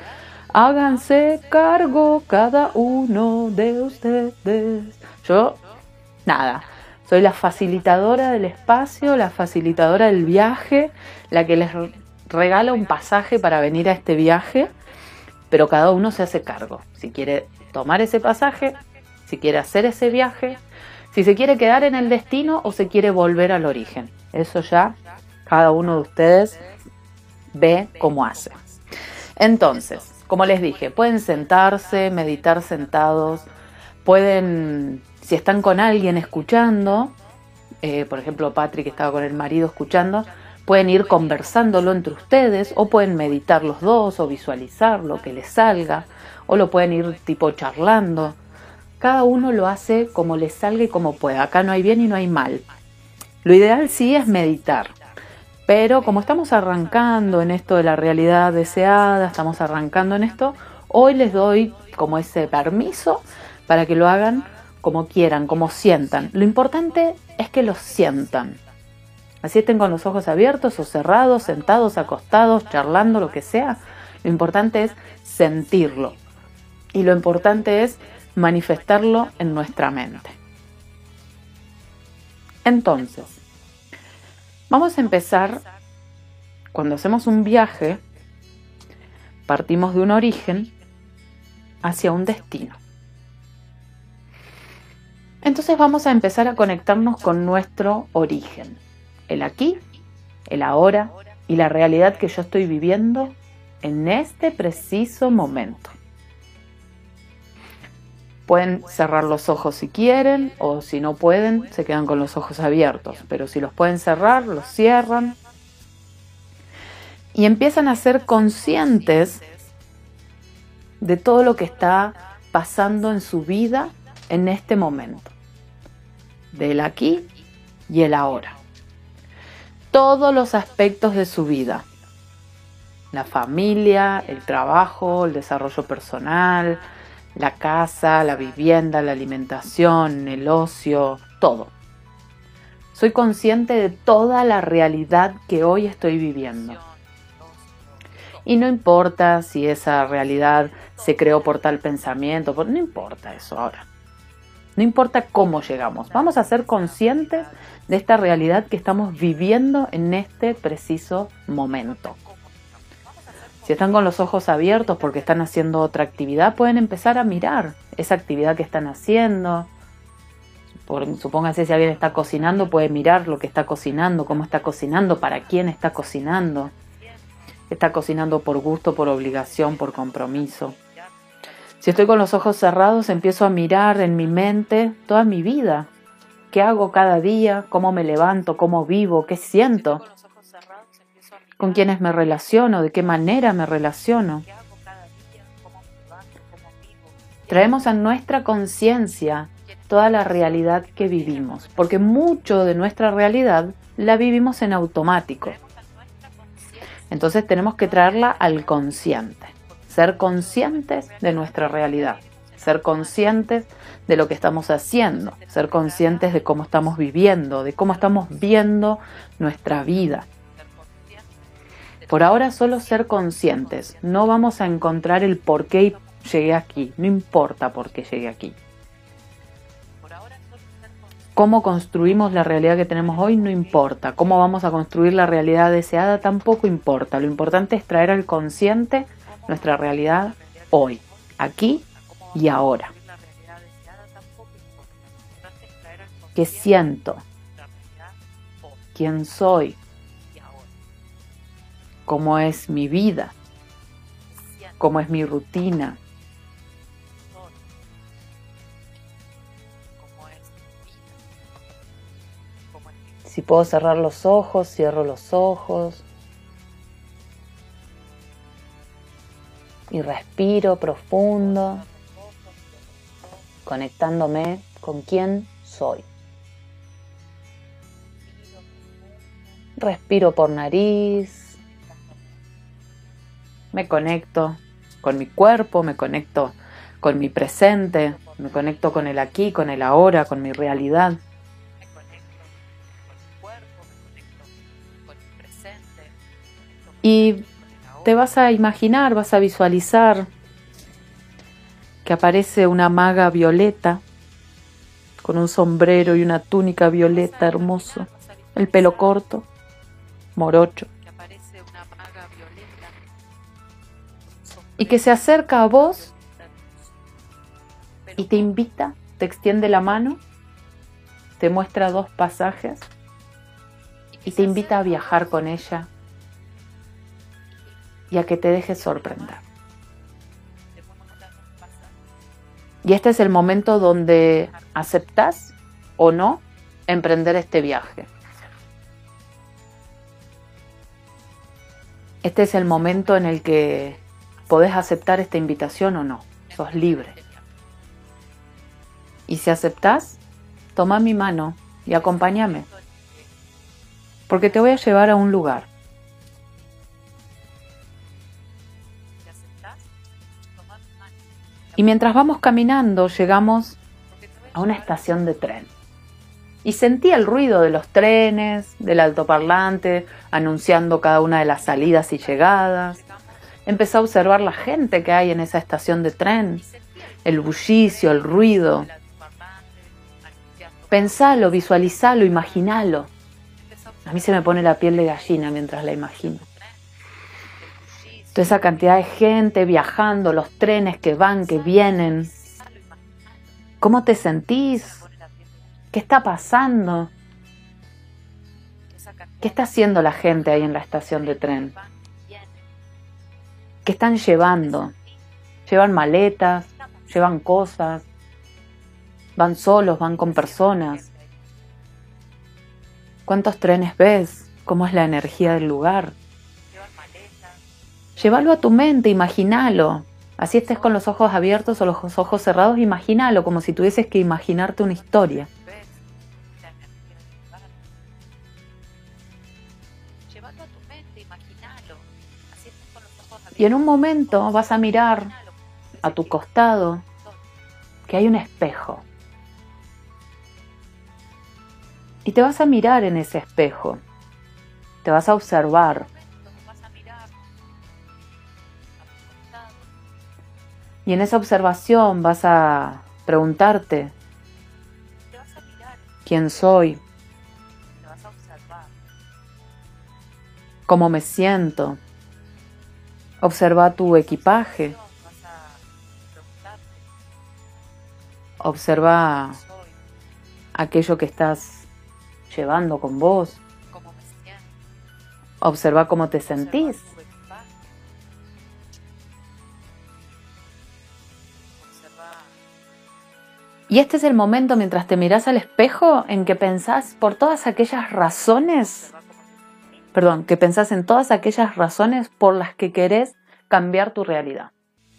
Háganse cargo cada uno de ustedes. Yo, nada, soy la facilitadora del espacio, la facilitadora del viaje, la que les regala un pasaje para venir a este viaje, pero cada uno se hace cargo. Si quiere tomar ese pasaje, si quiere hacer ese viaje, si se quiere quedar en el destino o se quiere volver al origen. Eso ya cada uno de ustedes ve cómo hace. Entonces, como les dije, pueden sentarse, meditar sentados, pueden, si están con alguien escuchando, por ejemplo Patrick estaba con el marido escuchando, pueden ir conversándolo entre ustedes o pueden meditar los dos o visualizar lo que les salga o lo pueden ir tipo charlando. Cada uno lo hace como les salga y como pueda. Acá no hay bien y no hay mal. Lo ideal sí es meditar. Pero como estamos arrancando en esto de la realidad deseada, estamos arrancando en esto, hoy les doy como ese permiso para que lo hagan como quieran, como sientan. Lo importante es que lo sientan. Así estén con los ojos abiertos o cerrados, sentados, acostados, charlando, lo que sea. Lo importante es sentirlo. Y lo importante es manifestarlo en nuestra mente. Entonces, vamos a empezar, cuando hacemos un viaje, partimos de un origen hacia un destino. Entonces vamos a empezar a conectarnos con nuestro origen, el aquí, el ahora y la realidad que yo estoy viviendo en este preciso momento. Pueden cerrar los ojos si quieren o si no pueden, se quedan con los ojos abiertos. Pero si los pueden cerrar, los cierran. Y empiezan a ser conscientes de todo lo que está pasando en su vida en este momento. Del aquí y el ahora. Todos los aspectos de su vida. La familia, el trabajo, el desarrollo personal, la casa, la vivienda, la alimentación, el ocio, todo. Soy consciente de toda la realidad que hoy estoy viviendo. Y no importa si esa realidad se creó por tal pensamiento, no importa eso ahora. No importa cómo llegamos. Vamos a ser conscientes de esta realidad que estamos viviendo en este preciso momento. Si están con los ojos abiertos porque están haciendo otra actividad, pueden empezar a mirar esa actividad que están haciendo. Supóngase si alguien está cocinando, puede mirar lo que está cocinando, cómo está cocinando, para quién está cocinando. Está cocinando por gusto, por obligación, por compromiso. Si estoy con los ojos cerrados, empiezo a mirar en mi mente toda mi vida. ¿Qué hago cada día? ¿Cómo me levanto? ¿Cómo vivo? ¿Qué siento? ¿Con quiénes me relaciono? ¿De qué manera me relaciono? Traemos a nuestra conciencia toda la realidad que vivimos, porque mucho de nuestra realidad la vivimos en automático. Entonces tenemos que traerla al consciente, ser conscientes de nuestra realidad, ser conscientes de lo que estamos haciendo, ser conscientes de cómo estamos viviendo, de cómo estamos viendo nuestra vida. Por ahora solo ser conscientes, no vamos a encontrar el por qué llegué aquí, no importa por qué llegué aquí. Cómo construimos la realidad que tenemos hoy no importa, cómo vamos a construir la realidad deseada tampoco importa, lo importante es traer al consciente nuestra realidad hoy, aquí y ahora. ¿Qué siento? ¿Quién soy? ¿Cómo es mi vida? ¿Cómo es mi rutina? Si puedo cerrar los ojos, cierro los ojos. Y respiro profundo, conectándome con quién soy. Respiro por nariz. Me conecto con mi cuerpo, me conecto con mi presente, me conecto con el aquí, con el ahora, con mi realidad. Y te vas a imaginar, vas a visualizar que aparece una maga violeta con un sombrero y una túnica violeta hermoso, el pelo corto, morocho, y que se acerca a vos y te invita, te extiende la mano, te muestra 2 pasajes y te invita a viajar con ella y a que te dejes sorprender. Y este es el momento donde aceptás o no emprender este viaje. Este es el momento en el que podés aceptar esta invitación o no. Sos libre. Y si aceptás, toma mi mano y acompáñame. Porque te voy a llevar a un lugar. Y mientras vamos caminando, llegamos a una estación de tren. Y sentí el ruido de los trenes, del altoparlante, anunciando cada una de las salidas y llegadas. Empecé a observar la gente que hay en esa estación de tren, el bullicio, el ruido. Pensalo, visualizalo, imaginalo. A mí se me pone la piel de gallina mientras la imagino. Toda esa cantidad de gente viajando, los trenes que van, que vienen. ¿Cómo te sentís? ¿Qué está pasando? ¿Qué está haciendo la gente ahí en la estación de tren? ¿Qué están llevando? ¿Llevan maletas? ¿Llevan cosas? ¿Van solos? ¿Van con personas? ¿Cuántos trenes ves? ¿Cómo es la energía del lugar? Llévalo a tu mente, imagínalo. Así estés con los ojos abiertos o los ojos cerrados, imagínalo como si tuvieses que imaginarte una historia. Y en un momento vas a mirar a tu costado que hay un espejo. Y te vas a mirar en ese espejo. Te vas a observar. Y en esa observación vas a preguntarte, ¿quién soy? ¿Cómo me siento? Observa tu equipaje. Observa aquello que estás llevando con vos. Observa cómo te sentís. Y este es el momento mientras te mirás al espejo en que pensás por todas aquellas razones, que pensás en todas aquellas razones por las que querés cambiar tu realidad.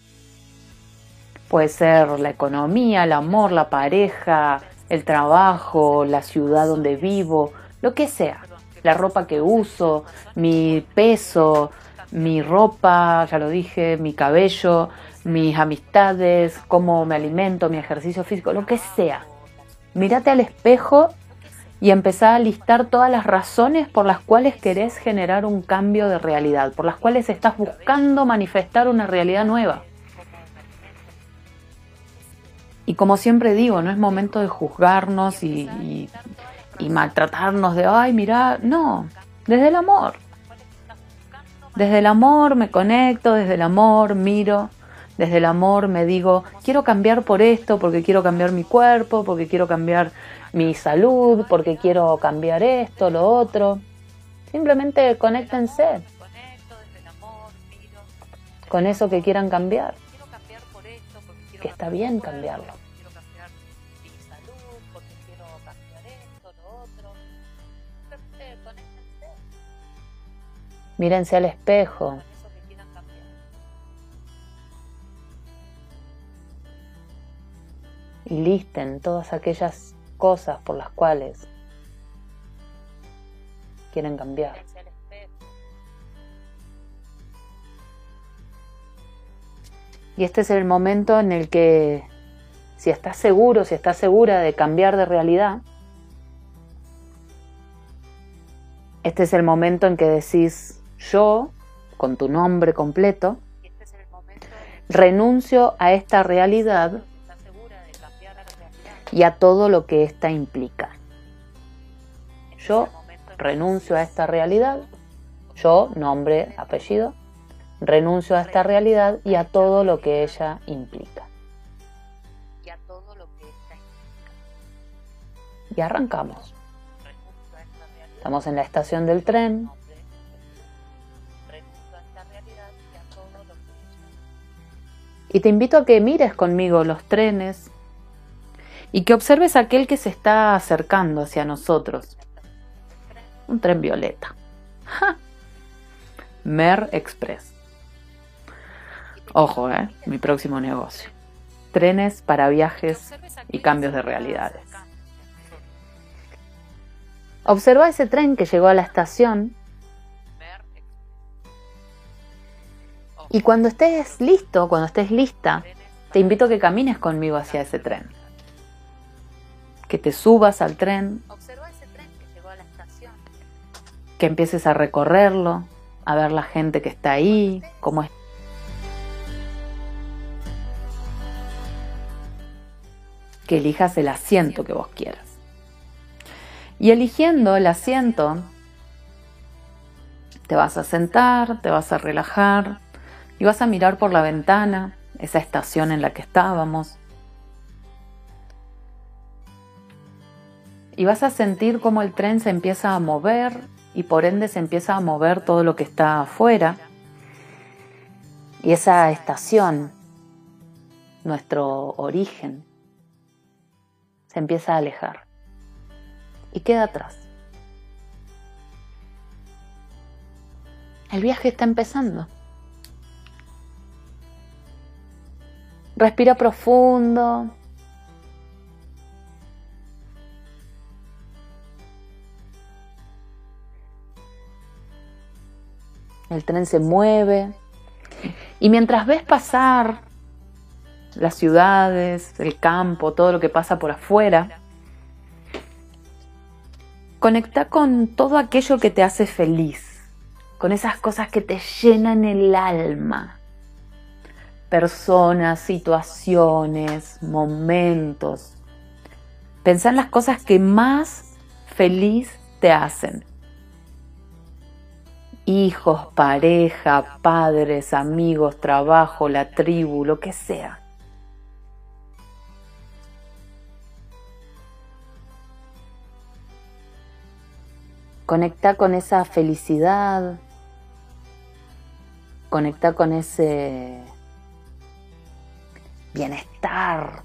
Puede ser la economía, el amor, la pareja, el trabajo, la ciudad donde vivo, lo que sea. La ropa que uso, mi peso, mi ropa, ya lo dije, mi cabello, mis amistades, cómo me alimento, mi ejercicio físico, lo que sea. Mírate al espejo y empezá a listar todas las razones por las cuales querés generar un cambio de realidad, por las cuales estás buscando manifestar una realidad nueva. Y como siempre digo, no es momento de juzgarnos y maltratarnos de, ay, mirá, no, desde el amor. Desde el amor me conecto, desde el amor miro, desde el amor me digo, quiero cambiar por esto, porque quiero cambiar mi cuerpo, porque quiero cambiar mi salud, porque quiero cambiar esto, lo otro. Simplemente conéctense con eso que quieran cambiar, que está bien cambiarlo. Mírense al espejo. Y listen todas aquellas cosas por las cuales quieren cambiar. Y este es el momento en el que, si estás seguro, si estás segura de cambiar de realidad, este es el momento en que decís, yo, con tu nombre completo, renuncio a esta realidad y a todo lo que ésta implica. Yo renuncio a esta realidad, yo, nombre, apellido, renuncio a esta realidad y a todo lo que ella implica. Y arrancamos. Estamos en la estación del tren. Y te invito a que mires conmigo los trenes y que observes aquel que se está acercando hacia nosotros. Un tren violeta. ¡Ja! Mer Express. Ojo, mi próximo negocio. Trenes para viajes y cambios de realidades. Observa ese tren que llegó a la estación. Y cuando estés listo, cuando estés lista, te invito a que camines conmigo hacia ese tren. Que te subas al tren. Que empieces a recorrerlo, a ver la gente que está ahí, cómo es. Que elijas el asiento que vos quieras. Y eligiendo el asiento, te vas a sentar, te vas a relajar y vas a mirar por la ventana esa estación en la que estábamos. Y vas a sentir cómo el tren se empieza a mover y por ende se empieza a mover todo lo que está afuera. Y esa estación, nuestro origen, se empieza a alejar y queda atrás. El viaje está empezando. Respira profundo. El tren se mueve. Y mientras ves pasar las ciudades, el campo, todo lo que pasa por afuera, conecta con todo aquello que te hace feliz, con esas cosas que te llenan el alma. Personas, situaciones, momentos. Pensá en las cosas que más feliz te hacen. Hijos, pareja, padres, amigos, trabajo, la tribu, lo que sea. Conecta con esa felicidad. Conecta con ese bienestar.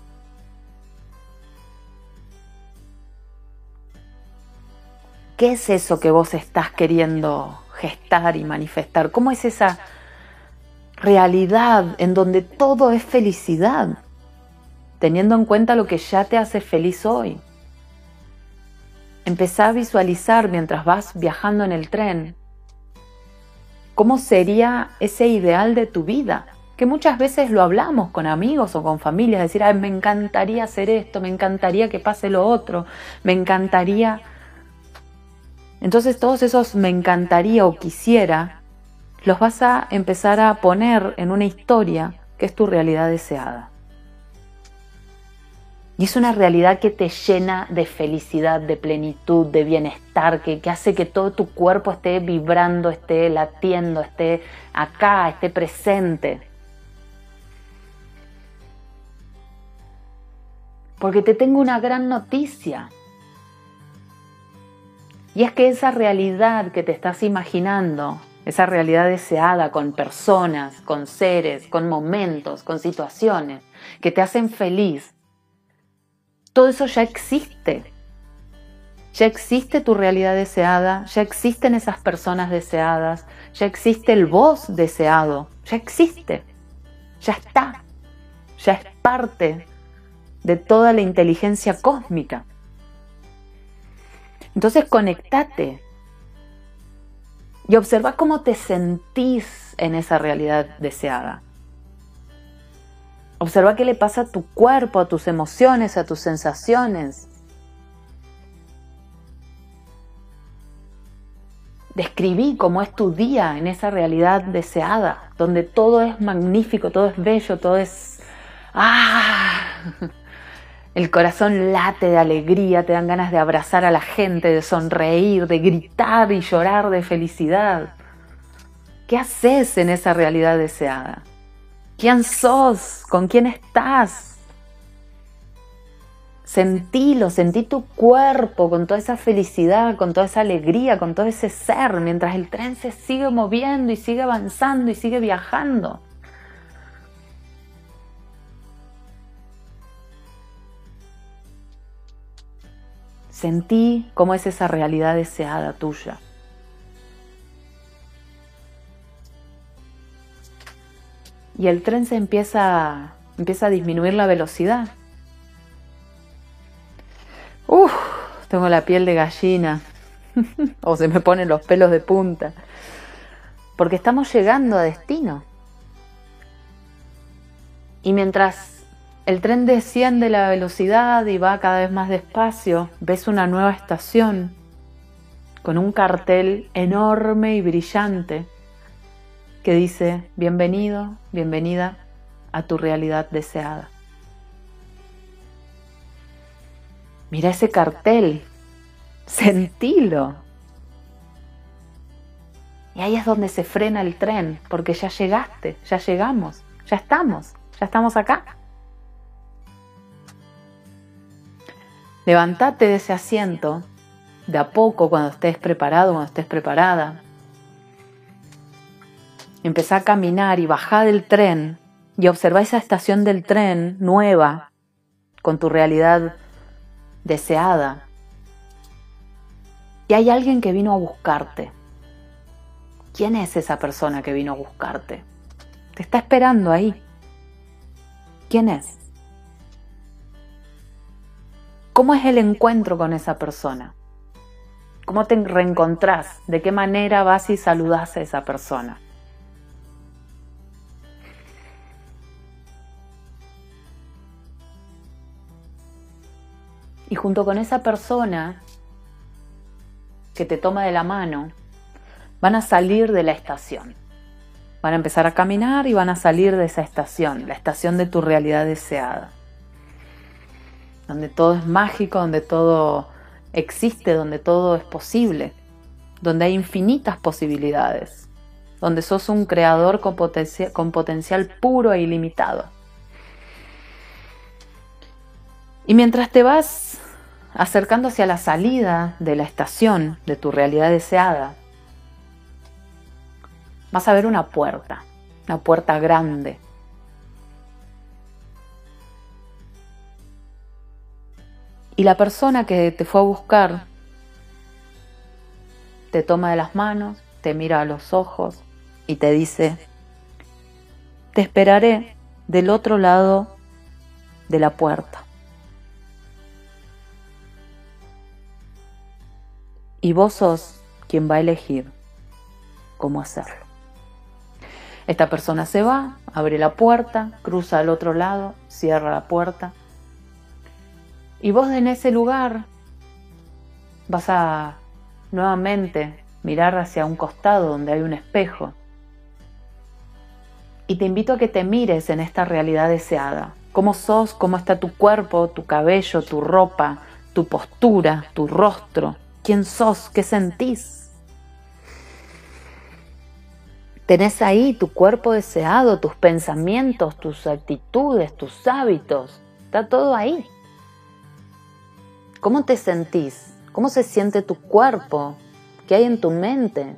¿Qué es eso que vos estás queriendo gestar y manifestar? ¿Cómo es esa realidad en donde todo es felicidad? Teniendo en cuenta lo que ya te hace feliz hoy. Empezá a visualizar mientras vas viajando en el tren cómo sería ese ideal de tu vida, que muchas veces lo hablamos con amigos o con familias, decir, ay, me encantaría hacer esto, me encantaría que pase lo otro, me encantaría. Entonces todos esos me encantaría o quisiera, los vas a empezar a poner en una historia que es tu realidad deseada. Y es una realidad que te llena de felicidad, de plenitud, de bienestar, que hace que todo tu cuerpo esté vibrando, esté latiendo, esté acá, esté presente. Porque te tengo una gran noticia. Y es que esa realidad que te estás imaginando, esa realidad deseada con personas, con seres, con momentos, con situaciones que te hacen feliz, todo eso ya existe. Ya existe tu realidad deseada, ya existen esas personas deseadas, ya existe el vos deseado, ya existe, ya está, ya es parte de toda la inteligencia cósmica. Entonces conectate y observa cómo te sentís en esa realidad deseada. Observa qué le pasa a tu cuerpo, a tus emociones, a tus sensaciones. Describí cómo es tu día en esa realidad deseada, donde todo es magnífico, todo es bello, todo es... ¡Ah! El corazón late de alegría, te dan ganas de abrazar a la gente, de sonreír, de gritar y llorar de felicidad. ¿Qué haces en esa realidad deseada? ¿Quién sos? ¿Con quién estás? Sentilo, sentí tu cuerpo con toda esa felicidad, con toda esa alegría, con todo ese ser, mientras el tren se sigue moviendo y sigue avanzando y sigue viajando. Sentí cómo es esa realidad deseada tuya. Y el tren se empieza a disminuir la velocidad. Tengo la piel de gallina o se me ponen los pelos de punta, porque estamos llegando a destino. Y mientras el tren desciende la velocidad y va cada vez más despacio, ves una nueva estación con un cartel enorme y brillante que dice: bienvenido, bienvenida a tu realidad deseada. Mira ese cartel, sentilo. Y ahí es donde se frena el tren, porque ya llegaste, ya llegamos, ya estamos acá. Levántate de ese asiento, de a poco, cuando estés preparado, cuando estés preparada. Empezá a caminar y bajá del tren y observá esa estación del tren nueva, con tu realidad deseada. Y hay alguien que vino a buscarte. ¿Quién es esa persona que vino a buscarte? Te está esperando ahí. ¿Quién es? ¿Cómo es el encuentro con esa persona? ¿Cómo te reencontrás? ¿De qué manera vas y saludás a esa persona? Y junto con esa persona que te toma de la mano, van a salir de la estación. Van a empezar a caminar y van a salir de esa estación, la estación de tu realidad deseada. Donde todo es mágico, donde todo existe, donde todo es posible. Donde hay infinitas posibilidades. Donde sos un creador con potencial puro e ilimitado. Y mientras te vas acercando hacia la salida de la estación de tu realidad deseada, vas a ver una puerta grande. Y la persona que te fue a buscar te toma de las manos, te mira a los ojos y te dice: te esperaré del otro lado de la puerta. Y vos sos quien va a elegir cómo hacerlo. Esta persona se va, abre la puerta, cruza al otro lado, cierra la puerta. Y vos en ese lugar vas a nuevamente mirar hacia un costado donde hay un espejo. Y te invito a que te mires en esta realidad deseada. ¿Cómo sos? ¿Cómo está tu cuerpo, tu cabello, tu ropa, tu postura, tu rostro? ¿Quién sos? ¿Qué sentís? Tenés ahí tu cuerpo deseado, tus pensamientos, tus actitudes, tus hábitos. Está todo ahí. ¿Cómo te sentís? ¿Cómo se siente tu cuerpo? ¿Qué hay en tu mente?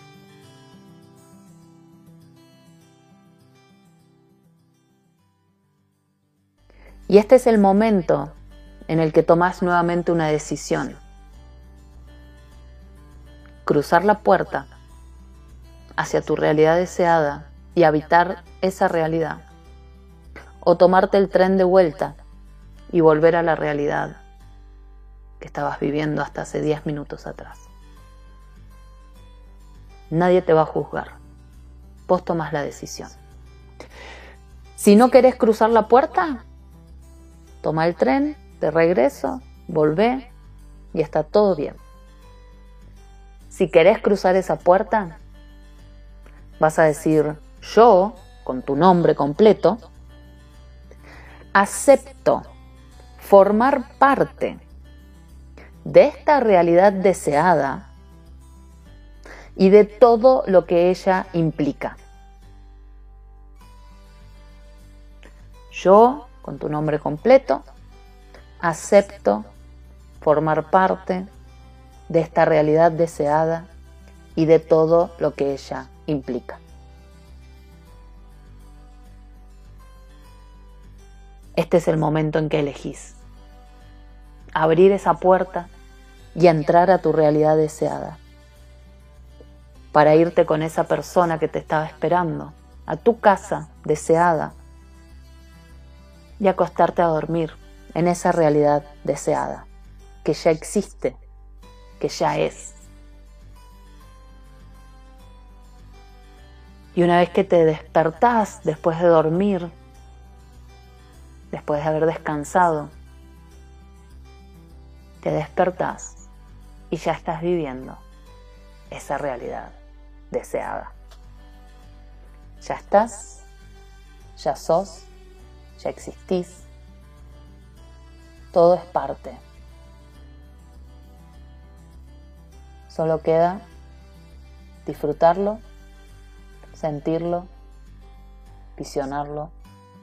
Y este es el momento en el que tomás nuevamente una decisión. Cruzar la puerta hacia tu realidad deseada y habitar esa realidad. O tomarte el tren de vuelta y volver a la realidad que estabas viviendo hasta hace 10 minutos atrás. Nadie te va a juzgar. Vos tomás la decisión. Si no querés cruzar la puerta, toma el tren de regreso, volvé y está todo bien. si querés cruzar esa puerta, vas a decir: yo, con tu nombre completo, acepto formar parte de esta realidad deseada y de todo lo que ella implica. Yo, con tu nombre completo, acepto formar parte de esta realidad deseada y de todo lo que ella implica. Este es el momento en que elegís abrir esa puerta y entrar a tu realidad deseada, para irte con esa persona que te estaba esperando a tu casa deseada y acostarte a dormir en esa realidad deseada, que ya existe, que ya es. Y una vez que te despertás después de dormir, después de haber descansado, te despertás y ya estás viviendo esa realidad deseada. Ya estás, ya sos, ya existís. Todo es parte. Solo queda disfrutarlo, sentirlo, visionarlo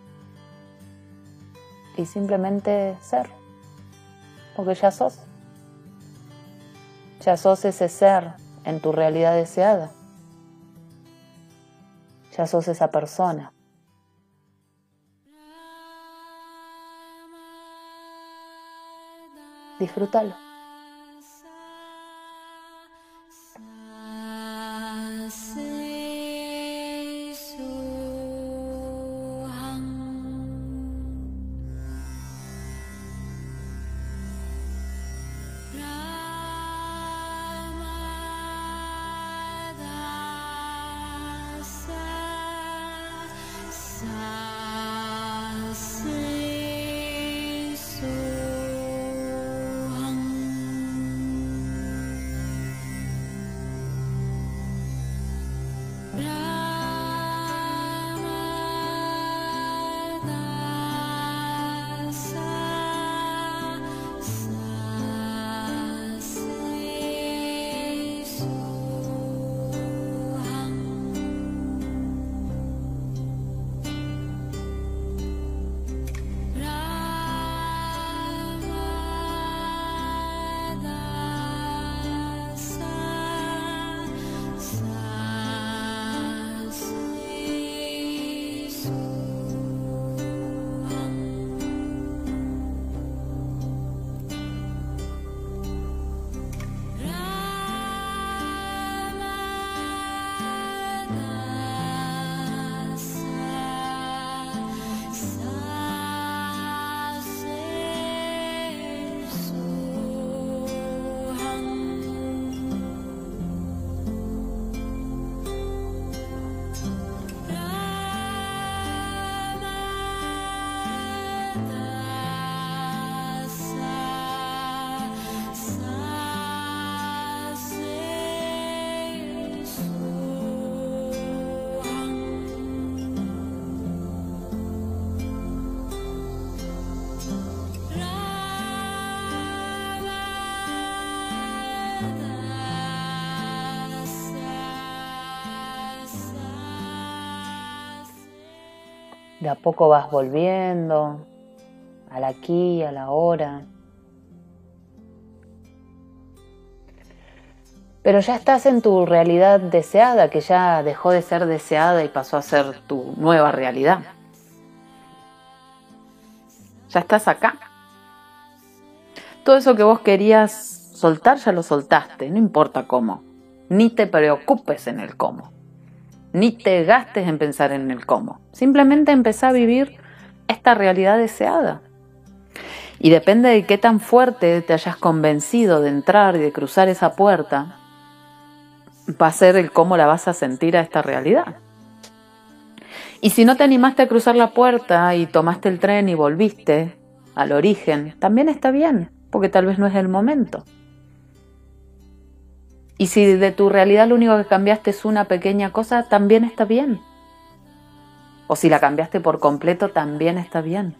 y simplemente ser, porque ya sos. Ya sos ese ser en tu realidad deseada. Ya sos esa persona. Disfrútalo. De a poco vas volviendo al aquí, a la ahora. Pero ya estás en tu realidad deseada, que ya dejó de ser deseada y pasó a ser tu nueva realidad. Ya estás acá. Todo eso que vos querías soltar, ya lo soltaste, no importa cómo. Ni te preocupes en el cómo. Ni te gastes en pensar en el cómo. Simplemente empezá a vivir esta realidad deseada. Y depende de qué tan fuerte te hayas convencido de entrar y de cruzar esa puerta, va a ser el cómo la vas a sentir a esta realidad. Y si no te animaste a cruzar la puerta y tomaste el tren y volviste al origen, también está bien, porque tal vez no es el momento. Y si de tu realidad lo único que cambiaste es una pequeña cosa, también está bien. O si la cambiaste por completo, también está bien.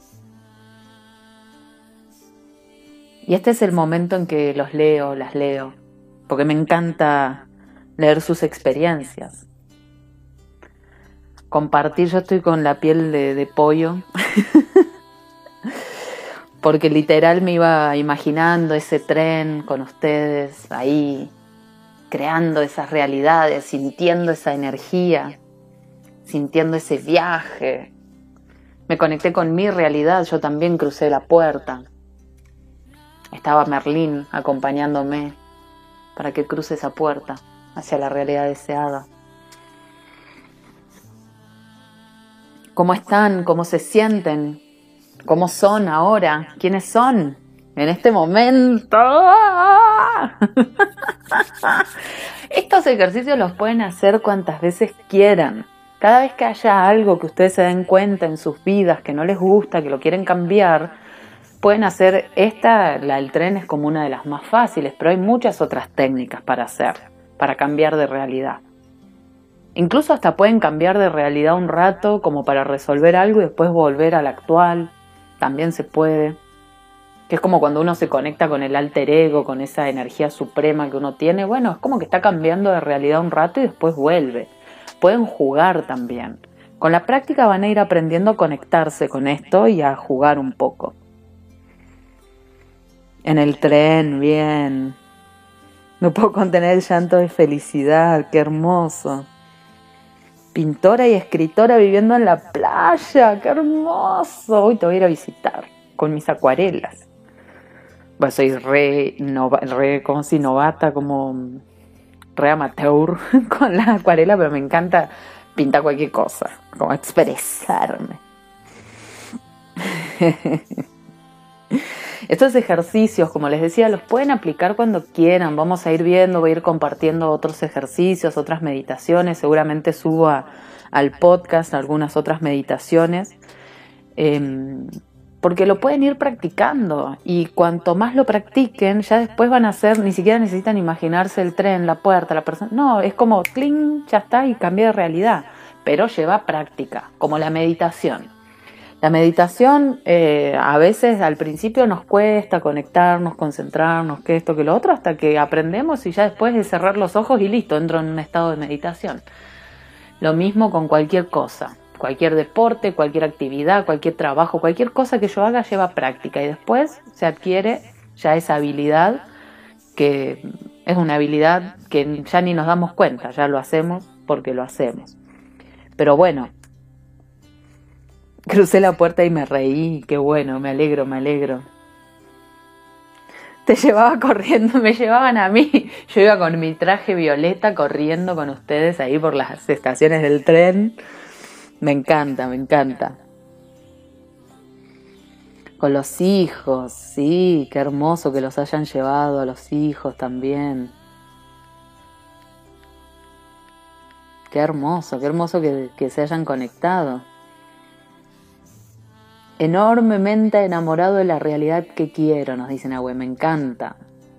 Y este es el momento en que los leo, las leo, porque me encanta leer sus experiencias. Compartir, yo estoy con la piel de pollo, porque literal me iba imaginando ese tren con ustedes ahí, creando esas realidades, sintiendo esa energía, sintiendo ese viaje. Me conecté con mi realidad, yo también crucé la puerta. Estaba Merlín acompañándome para que cruce esa puerta hacia la realidad deseada. ¿Cómo están? ¿Cómo se sienten? ¿Cómo son ahora? ¿Quiénes son en este momento? Estos ejercicios los pueden hacer cuantas veces quieran. Cada vez que haya algo que ustedes se den cuenta en sus vidas que no les gusta, que lo quieren cambiar, pueden hacer el tren es como una de las más fáciles, pero hay muchas otras técnicas para hacer, para cambiar de realidad. Incluso hasta pueden cambiar de realidad un rato como para resolver algo y después volver al actual. También se puede. Que es como cuando uno se conecta con el alter ego, con esa energía suprema que uno tiene. Bueno, es como que está cambiando de realidad un rato y después vuelve. Pueden jugar también. Con la práctica van a ir aprendiendo a conectarse con esto y a jugar un poco. En el tren, bien. No puedo contener el llanto de felicidad, qué hermoso. Pintora y escritora viviendo en la playa, qué hermoso. Hoy te voy a ir a visitar con mis acuarelas. Bueno, soy como si novata, como re amateur con la acuarela, pero me encanta pintar cualquier cosa, como expresarme. Estos ejercicios, como les decía, los pueden aplicar cuando quieran. Vamos a ir viendo, voy a ir compartiendo otros ejercicios, otras meditaciones. Seguramente subo al podcast algunas otras meditaciones, porque lo pueden ir practicando. Y cuanto más lo practiquen, ya después van a hacer, ni siquiera necesitan imaginarse el tren, la puerta, la persona. No, es como, cling, ya está y cambia de realidad. Pero lleva práctica, como la meditación. La meditación a veces al principio nos cuesta conectarnos, concentrarnos, que esto, que lo otro, hasta que aprendemos y ya después de cerrar los ojos y listo, entro en un estado de meditación. Lo mismo con cualquier cosa, cualquier deporte, cualquier actividad, cualquier trabajo, cualquier cosa que yo haga lleva práctica y después se adquiere ya esa habilidad, que es una habilidad que ya ni nos damos cuenta, ya lo hacemos porque lo hacemos. Pero bueno, crucé la puerta y me reí, qué bueno, me alegro. Te llevaba corriendo, me llevaban a mí. Yo iba con mi traje violeta corriendo con ustedes ahí por las estaciones del tren. Me encanta. Con los hijos, sí, qué hermoso que los hayan llevado a los hijos también. Qué hermoso que se hayan conectado. Enormemente enamorado de la realidad que quiero, nos dicen Nahue, me encanta.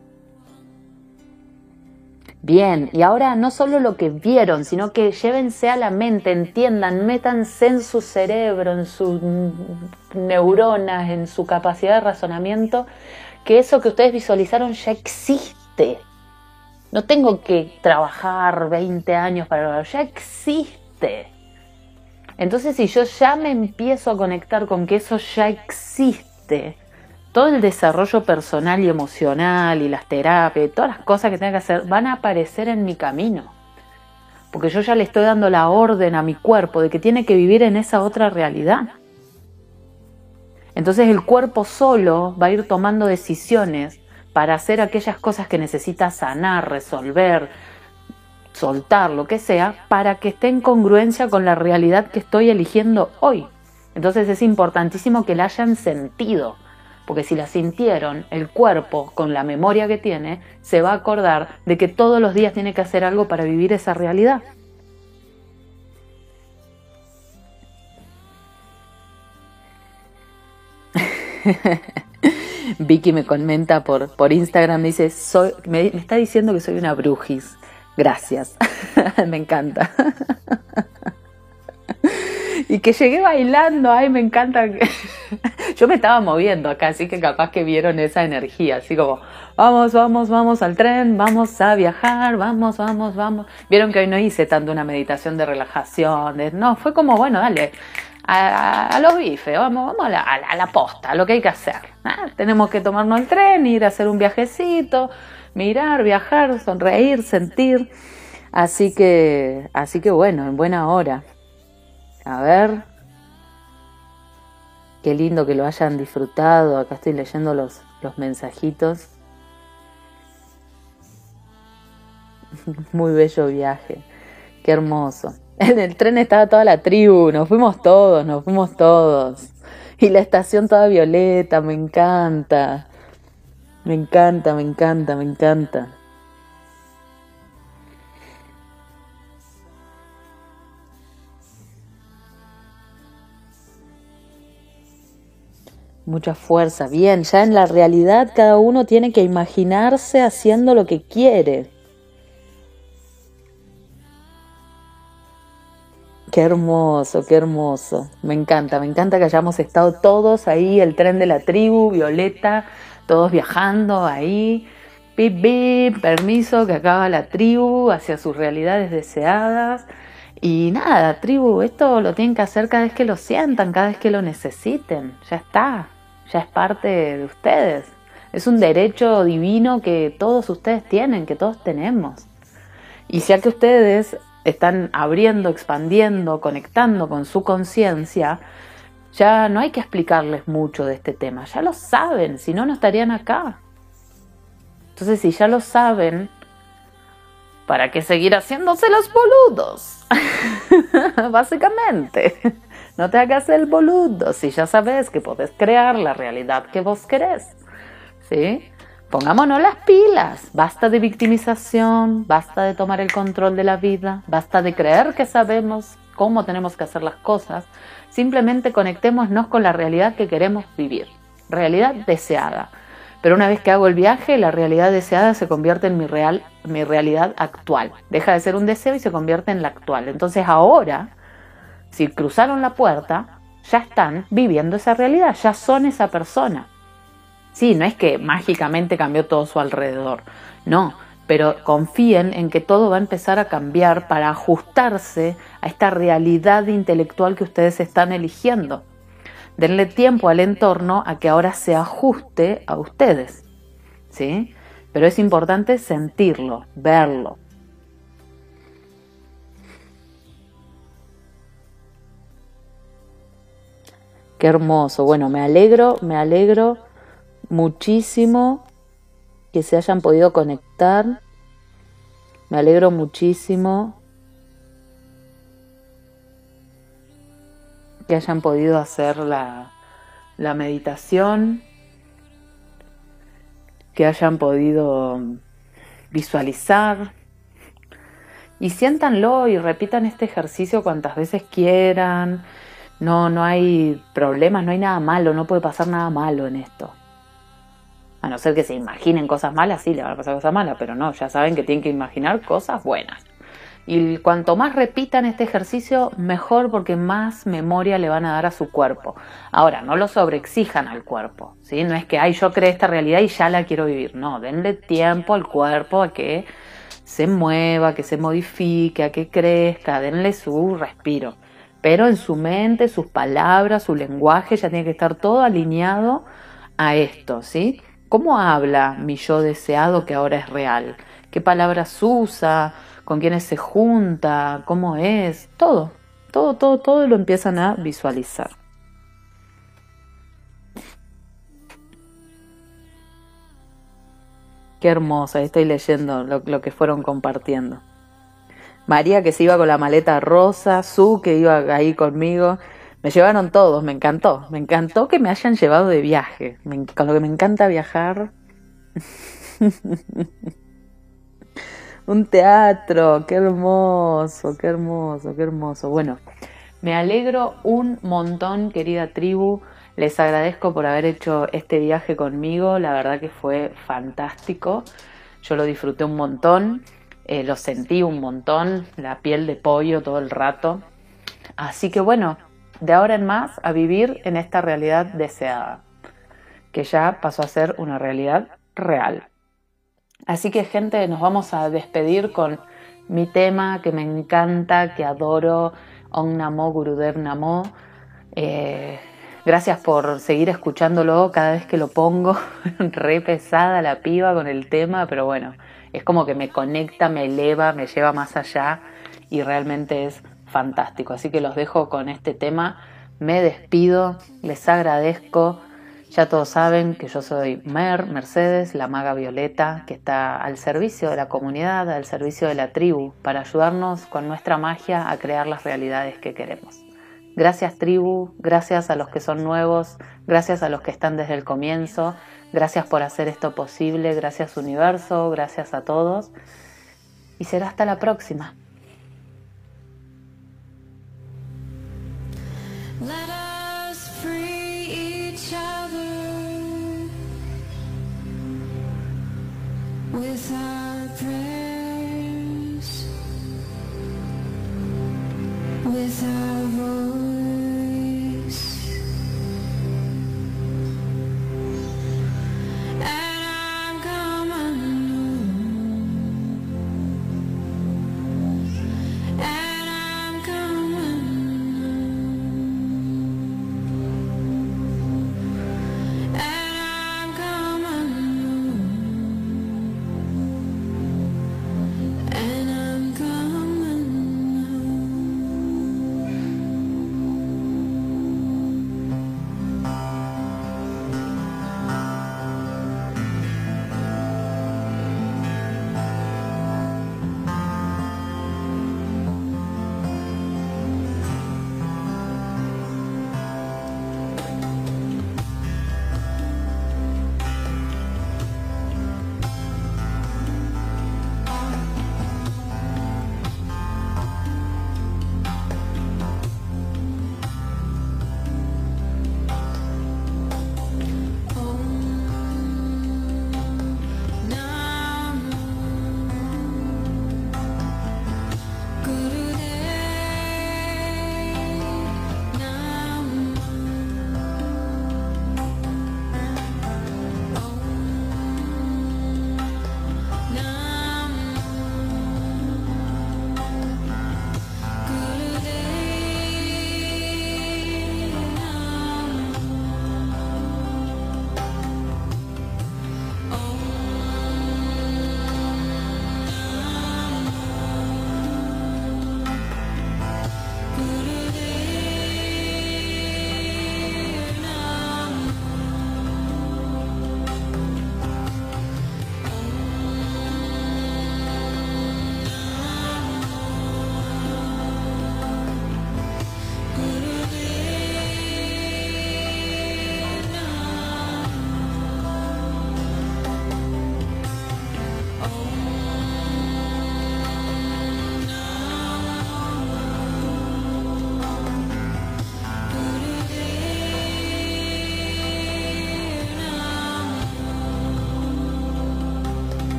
Bien, y ahora no solo lo que vieron, sino que llévense a la mente, entiendan, métanse en su cerebro, en sus neuronas, en su capacidad de razonamiento, que eso que ustedes visualizaron ya existe. No tengo que trabajar 20 años para lograrlo, ya existe. Entonces, si yo ya me empiezo a conectar con que eso ya existe, todo el desarrollo personal y emocional y las terapias, todas las cosas que tenga que hacer, van a aparecer en mi camino. Porque yo ya le estoy dando la orden a mi cuerpo de que tiene que vivir en esa otra realidad. Entonces el cuerpo solo va a ir tomando decisiones para hacer aquellas cosas que necesita sanar, resolver, soltar, lo que sea, para que esté en congruencia con la realidad que estoy eligiendo hoy. Entonces es importantísimo que la hayan sentido, porque si la sintieron, el cuerpo, con la memoria que tiene, se va a acordar de que todos los días tiene que hacer algo para vivir esa realidad. Vicky me comenta por Instagram, me dice, me está diciendo que soy una brujis. Gracias, me encanta. Y que llegué bailando, ay, me encanta. Yo me estaba moviendo acá, así que capaz que vieron esa energía, así como, vamos, vamos, vamos al tren, vamos a viajar, vamos, vamos, vamos. Vieron que hoy no hice tanto una meditación de relajación, no, fue como, bueno, dale, a los bifes, vamos a la posta, a lo que hay que hacer. Tenemos que tomarnos el tren, ir a hacer un viajecito, mirar, viajar, sonreír, sentir. Así que bueno, en buena hora. A ver, qué lindo que lo hayan disfrutado. Acá estoy leyendo los mensajitos. Muy bello viaje, qué hermoso. En el tren estaba toda la tribu, nos fuimos todos. Y la estación toda violeta, me encanta. Me encanta, me encanta, me encanta. Mucha fuerza, bien, ya en la realidad cada uno tiene que imaginarse haciendo lo que quiere. Qué hermoso, qué hermoso. Me encanta que hayamos estado todos ahí, el tren de la tribu, Violeta, todos viajando ahí. Bip, bip, permiso, que acaba la tribu hacia sus realidades deseadas. Y nada, tribu, esto lo tienen que hacer cada vez que lo sientan, cada vez que lo necesiten. Ya está. Ya es parte de ustedes. Es un derecho divino que todos ustedes tienen, que todos tenemos. Y ya que ustedes están abriendo, expandiendo, conectando con su conciencia, ya no hay que explicarles mucho de este tema. Ya lo saben, si no, no estarían acá. Entonces, si ya lo saben, ¿para qué seguir haciéndose los boludos? Básicamente. No te hagas el boludo si ya sabes que podés crear la realidad que vos querés. ¿Sí? Pongámonos las pilas. Basta de victimización, basta de tomar el control de la vida, basta de creer que sabemos cómo tenemos que hacer las cosas. Simplemente conectémonos con la realidad que queremos vivir. Realidad deseada. Pero una vez que hago el viaje, la realidad deseada se convierte en mi realidad actual. Deja de ser un deseo y se convierte en la actual. Entonces ahora, si cruzaron la puerta, ya están viviendo esa realidad, ya son esa persona. Sí, no es que mágicamente cambió todo su alrededor, no, pero confíen en que todo va a empezar a cambiar para ajustarse a esta realidad intelectual que ustedes están eligiendo. Denle tiempo al entorno a que ahora se ajuste a ustedes, ¿sí? Pero es importante sentirlo, verlo. Qué hermoso. Bueno, me alegro muchísimo que se hayan podido conectar. Me alegro muchísimo que hayan podido hacer la meditación, que hayan podido visualizar. Y siéntanlo y repitan este ejercicio cuantas veces quieran. No hay problemas, no hay nada malo, no puede pasar nada malo en esto. A no ser que se imaginen cosas malas, sí, le van a pasar cosas malas, pero no, ya saben que tienen que imaginar cosas buenas. Y cuanto más repitan este ejercicio, mejor, porque más memoria le van a dar a su cuerpo. Ahora, no lo sobreexijan al cuerpo, ¿sí? No es que, ay, yo creé esta realidad y ya la quiero vivir. No, denle tiempo al cuerpo a que se mueva, que se modifique, a que crezca, denle su respiro. Pero en su mente, sus palabras, su lenguaje, ya tiene que estar todo alineado a esto, ¿sí? ¿Cómo habla mi yo deseado que ahora es real? ¿Qué palabras usa? ¿Con quiénes se junta? ¿Cómo es? Todo lo empiezan a visualizar. Qué hermosa, estoy leyendo lo que fueron compartiendo. María, que se iba con la maleta rosa, Su, que iba ahí conmigo. Me llevaron todos, me encantó que me hayan llevado de viaje. Con lo que me encanta viajar. Un teatro, qué hermoso, qué hermoso, qué hermoso. Bueno, me alegro un montón, querida tribu. Les agradezco por haber hecho este viaje conmigo, la verdad que fue fantástico. Yo lo disfruté un montón, lo sentí un montón, la piel de pollo todo el rato. Así que bueno, de ahora en más a vivir en esta realidad deseada, que ya pasó a ser una realidad real. Así que gente, nos vamos a despedir con mi tema que me encanta, que adoro, Om Namo Gurudev Namo. Gracias por seguir escuchándolo cada vez que lo pongo. Re pesada la piba con el tema, pero bueno, es como que me conecta, me eleva, me lleva más allá y realmente es fantástico. Así que los dejo con este tema. Me despido, les agradezco. Ya todos saben que yo soy Mercedes, la maga violeta, que está al servicio de la comunidad, al servicio de la tribu, para ayudarnos con nuestra magia a crear las realidades que queremos. Gracias tribu, gracias a los que son nuevos, gracias a los que están desde el comienzo, gracias por hacer esto posible, gracias universo, gracias a todos y será hasta la próxima. With our prayers, with our voice, and I'm coming home, and I'm coming home.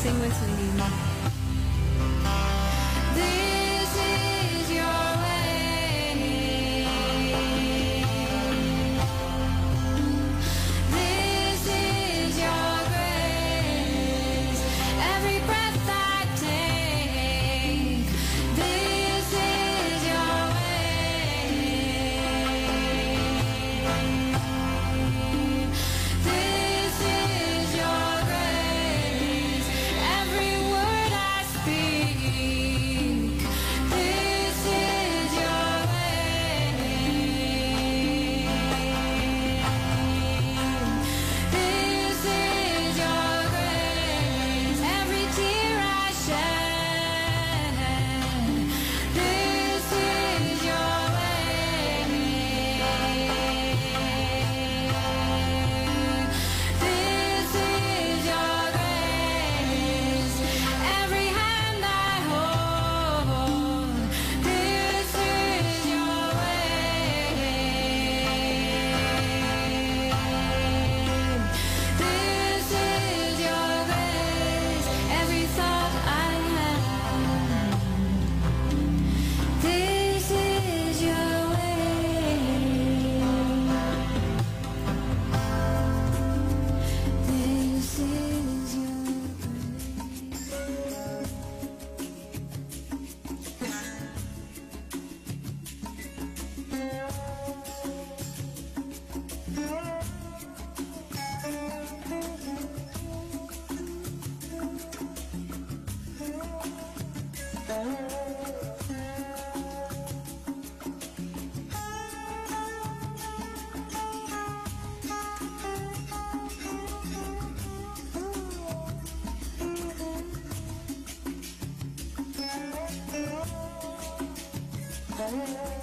Sing with me. This is your way. This is your grace. Every breath I take. This is your way. This is your grace. Every word I speak. This is your way. This is your grace. Every tear I shed. This is your way. This is your grace. Every hand I hold. This is your way. This is your grace. Every thought I have. This is your way. This is your way.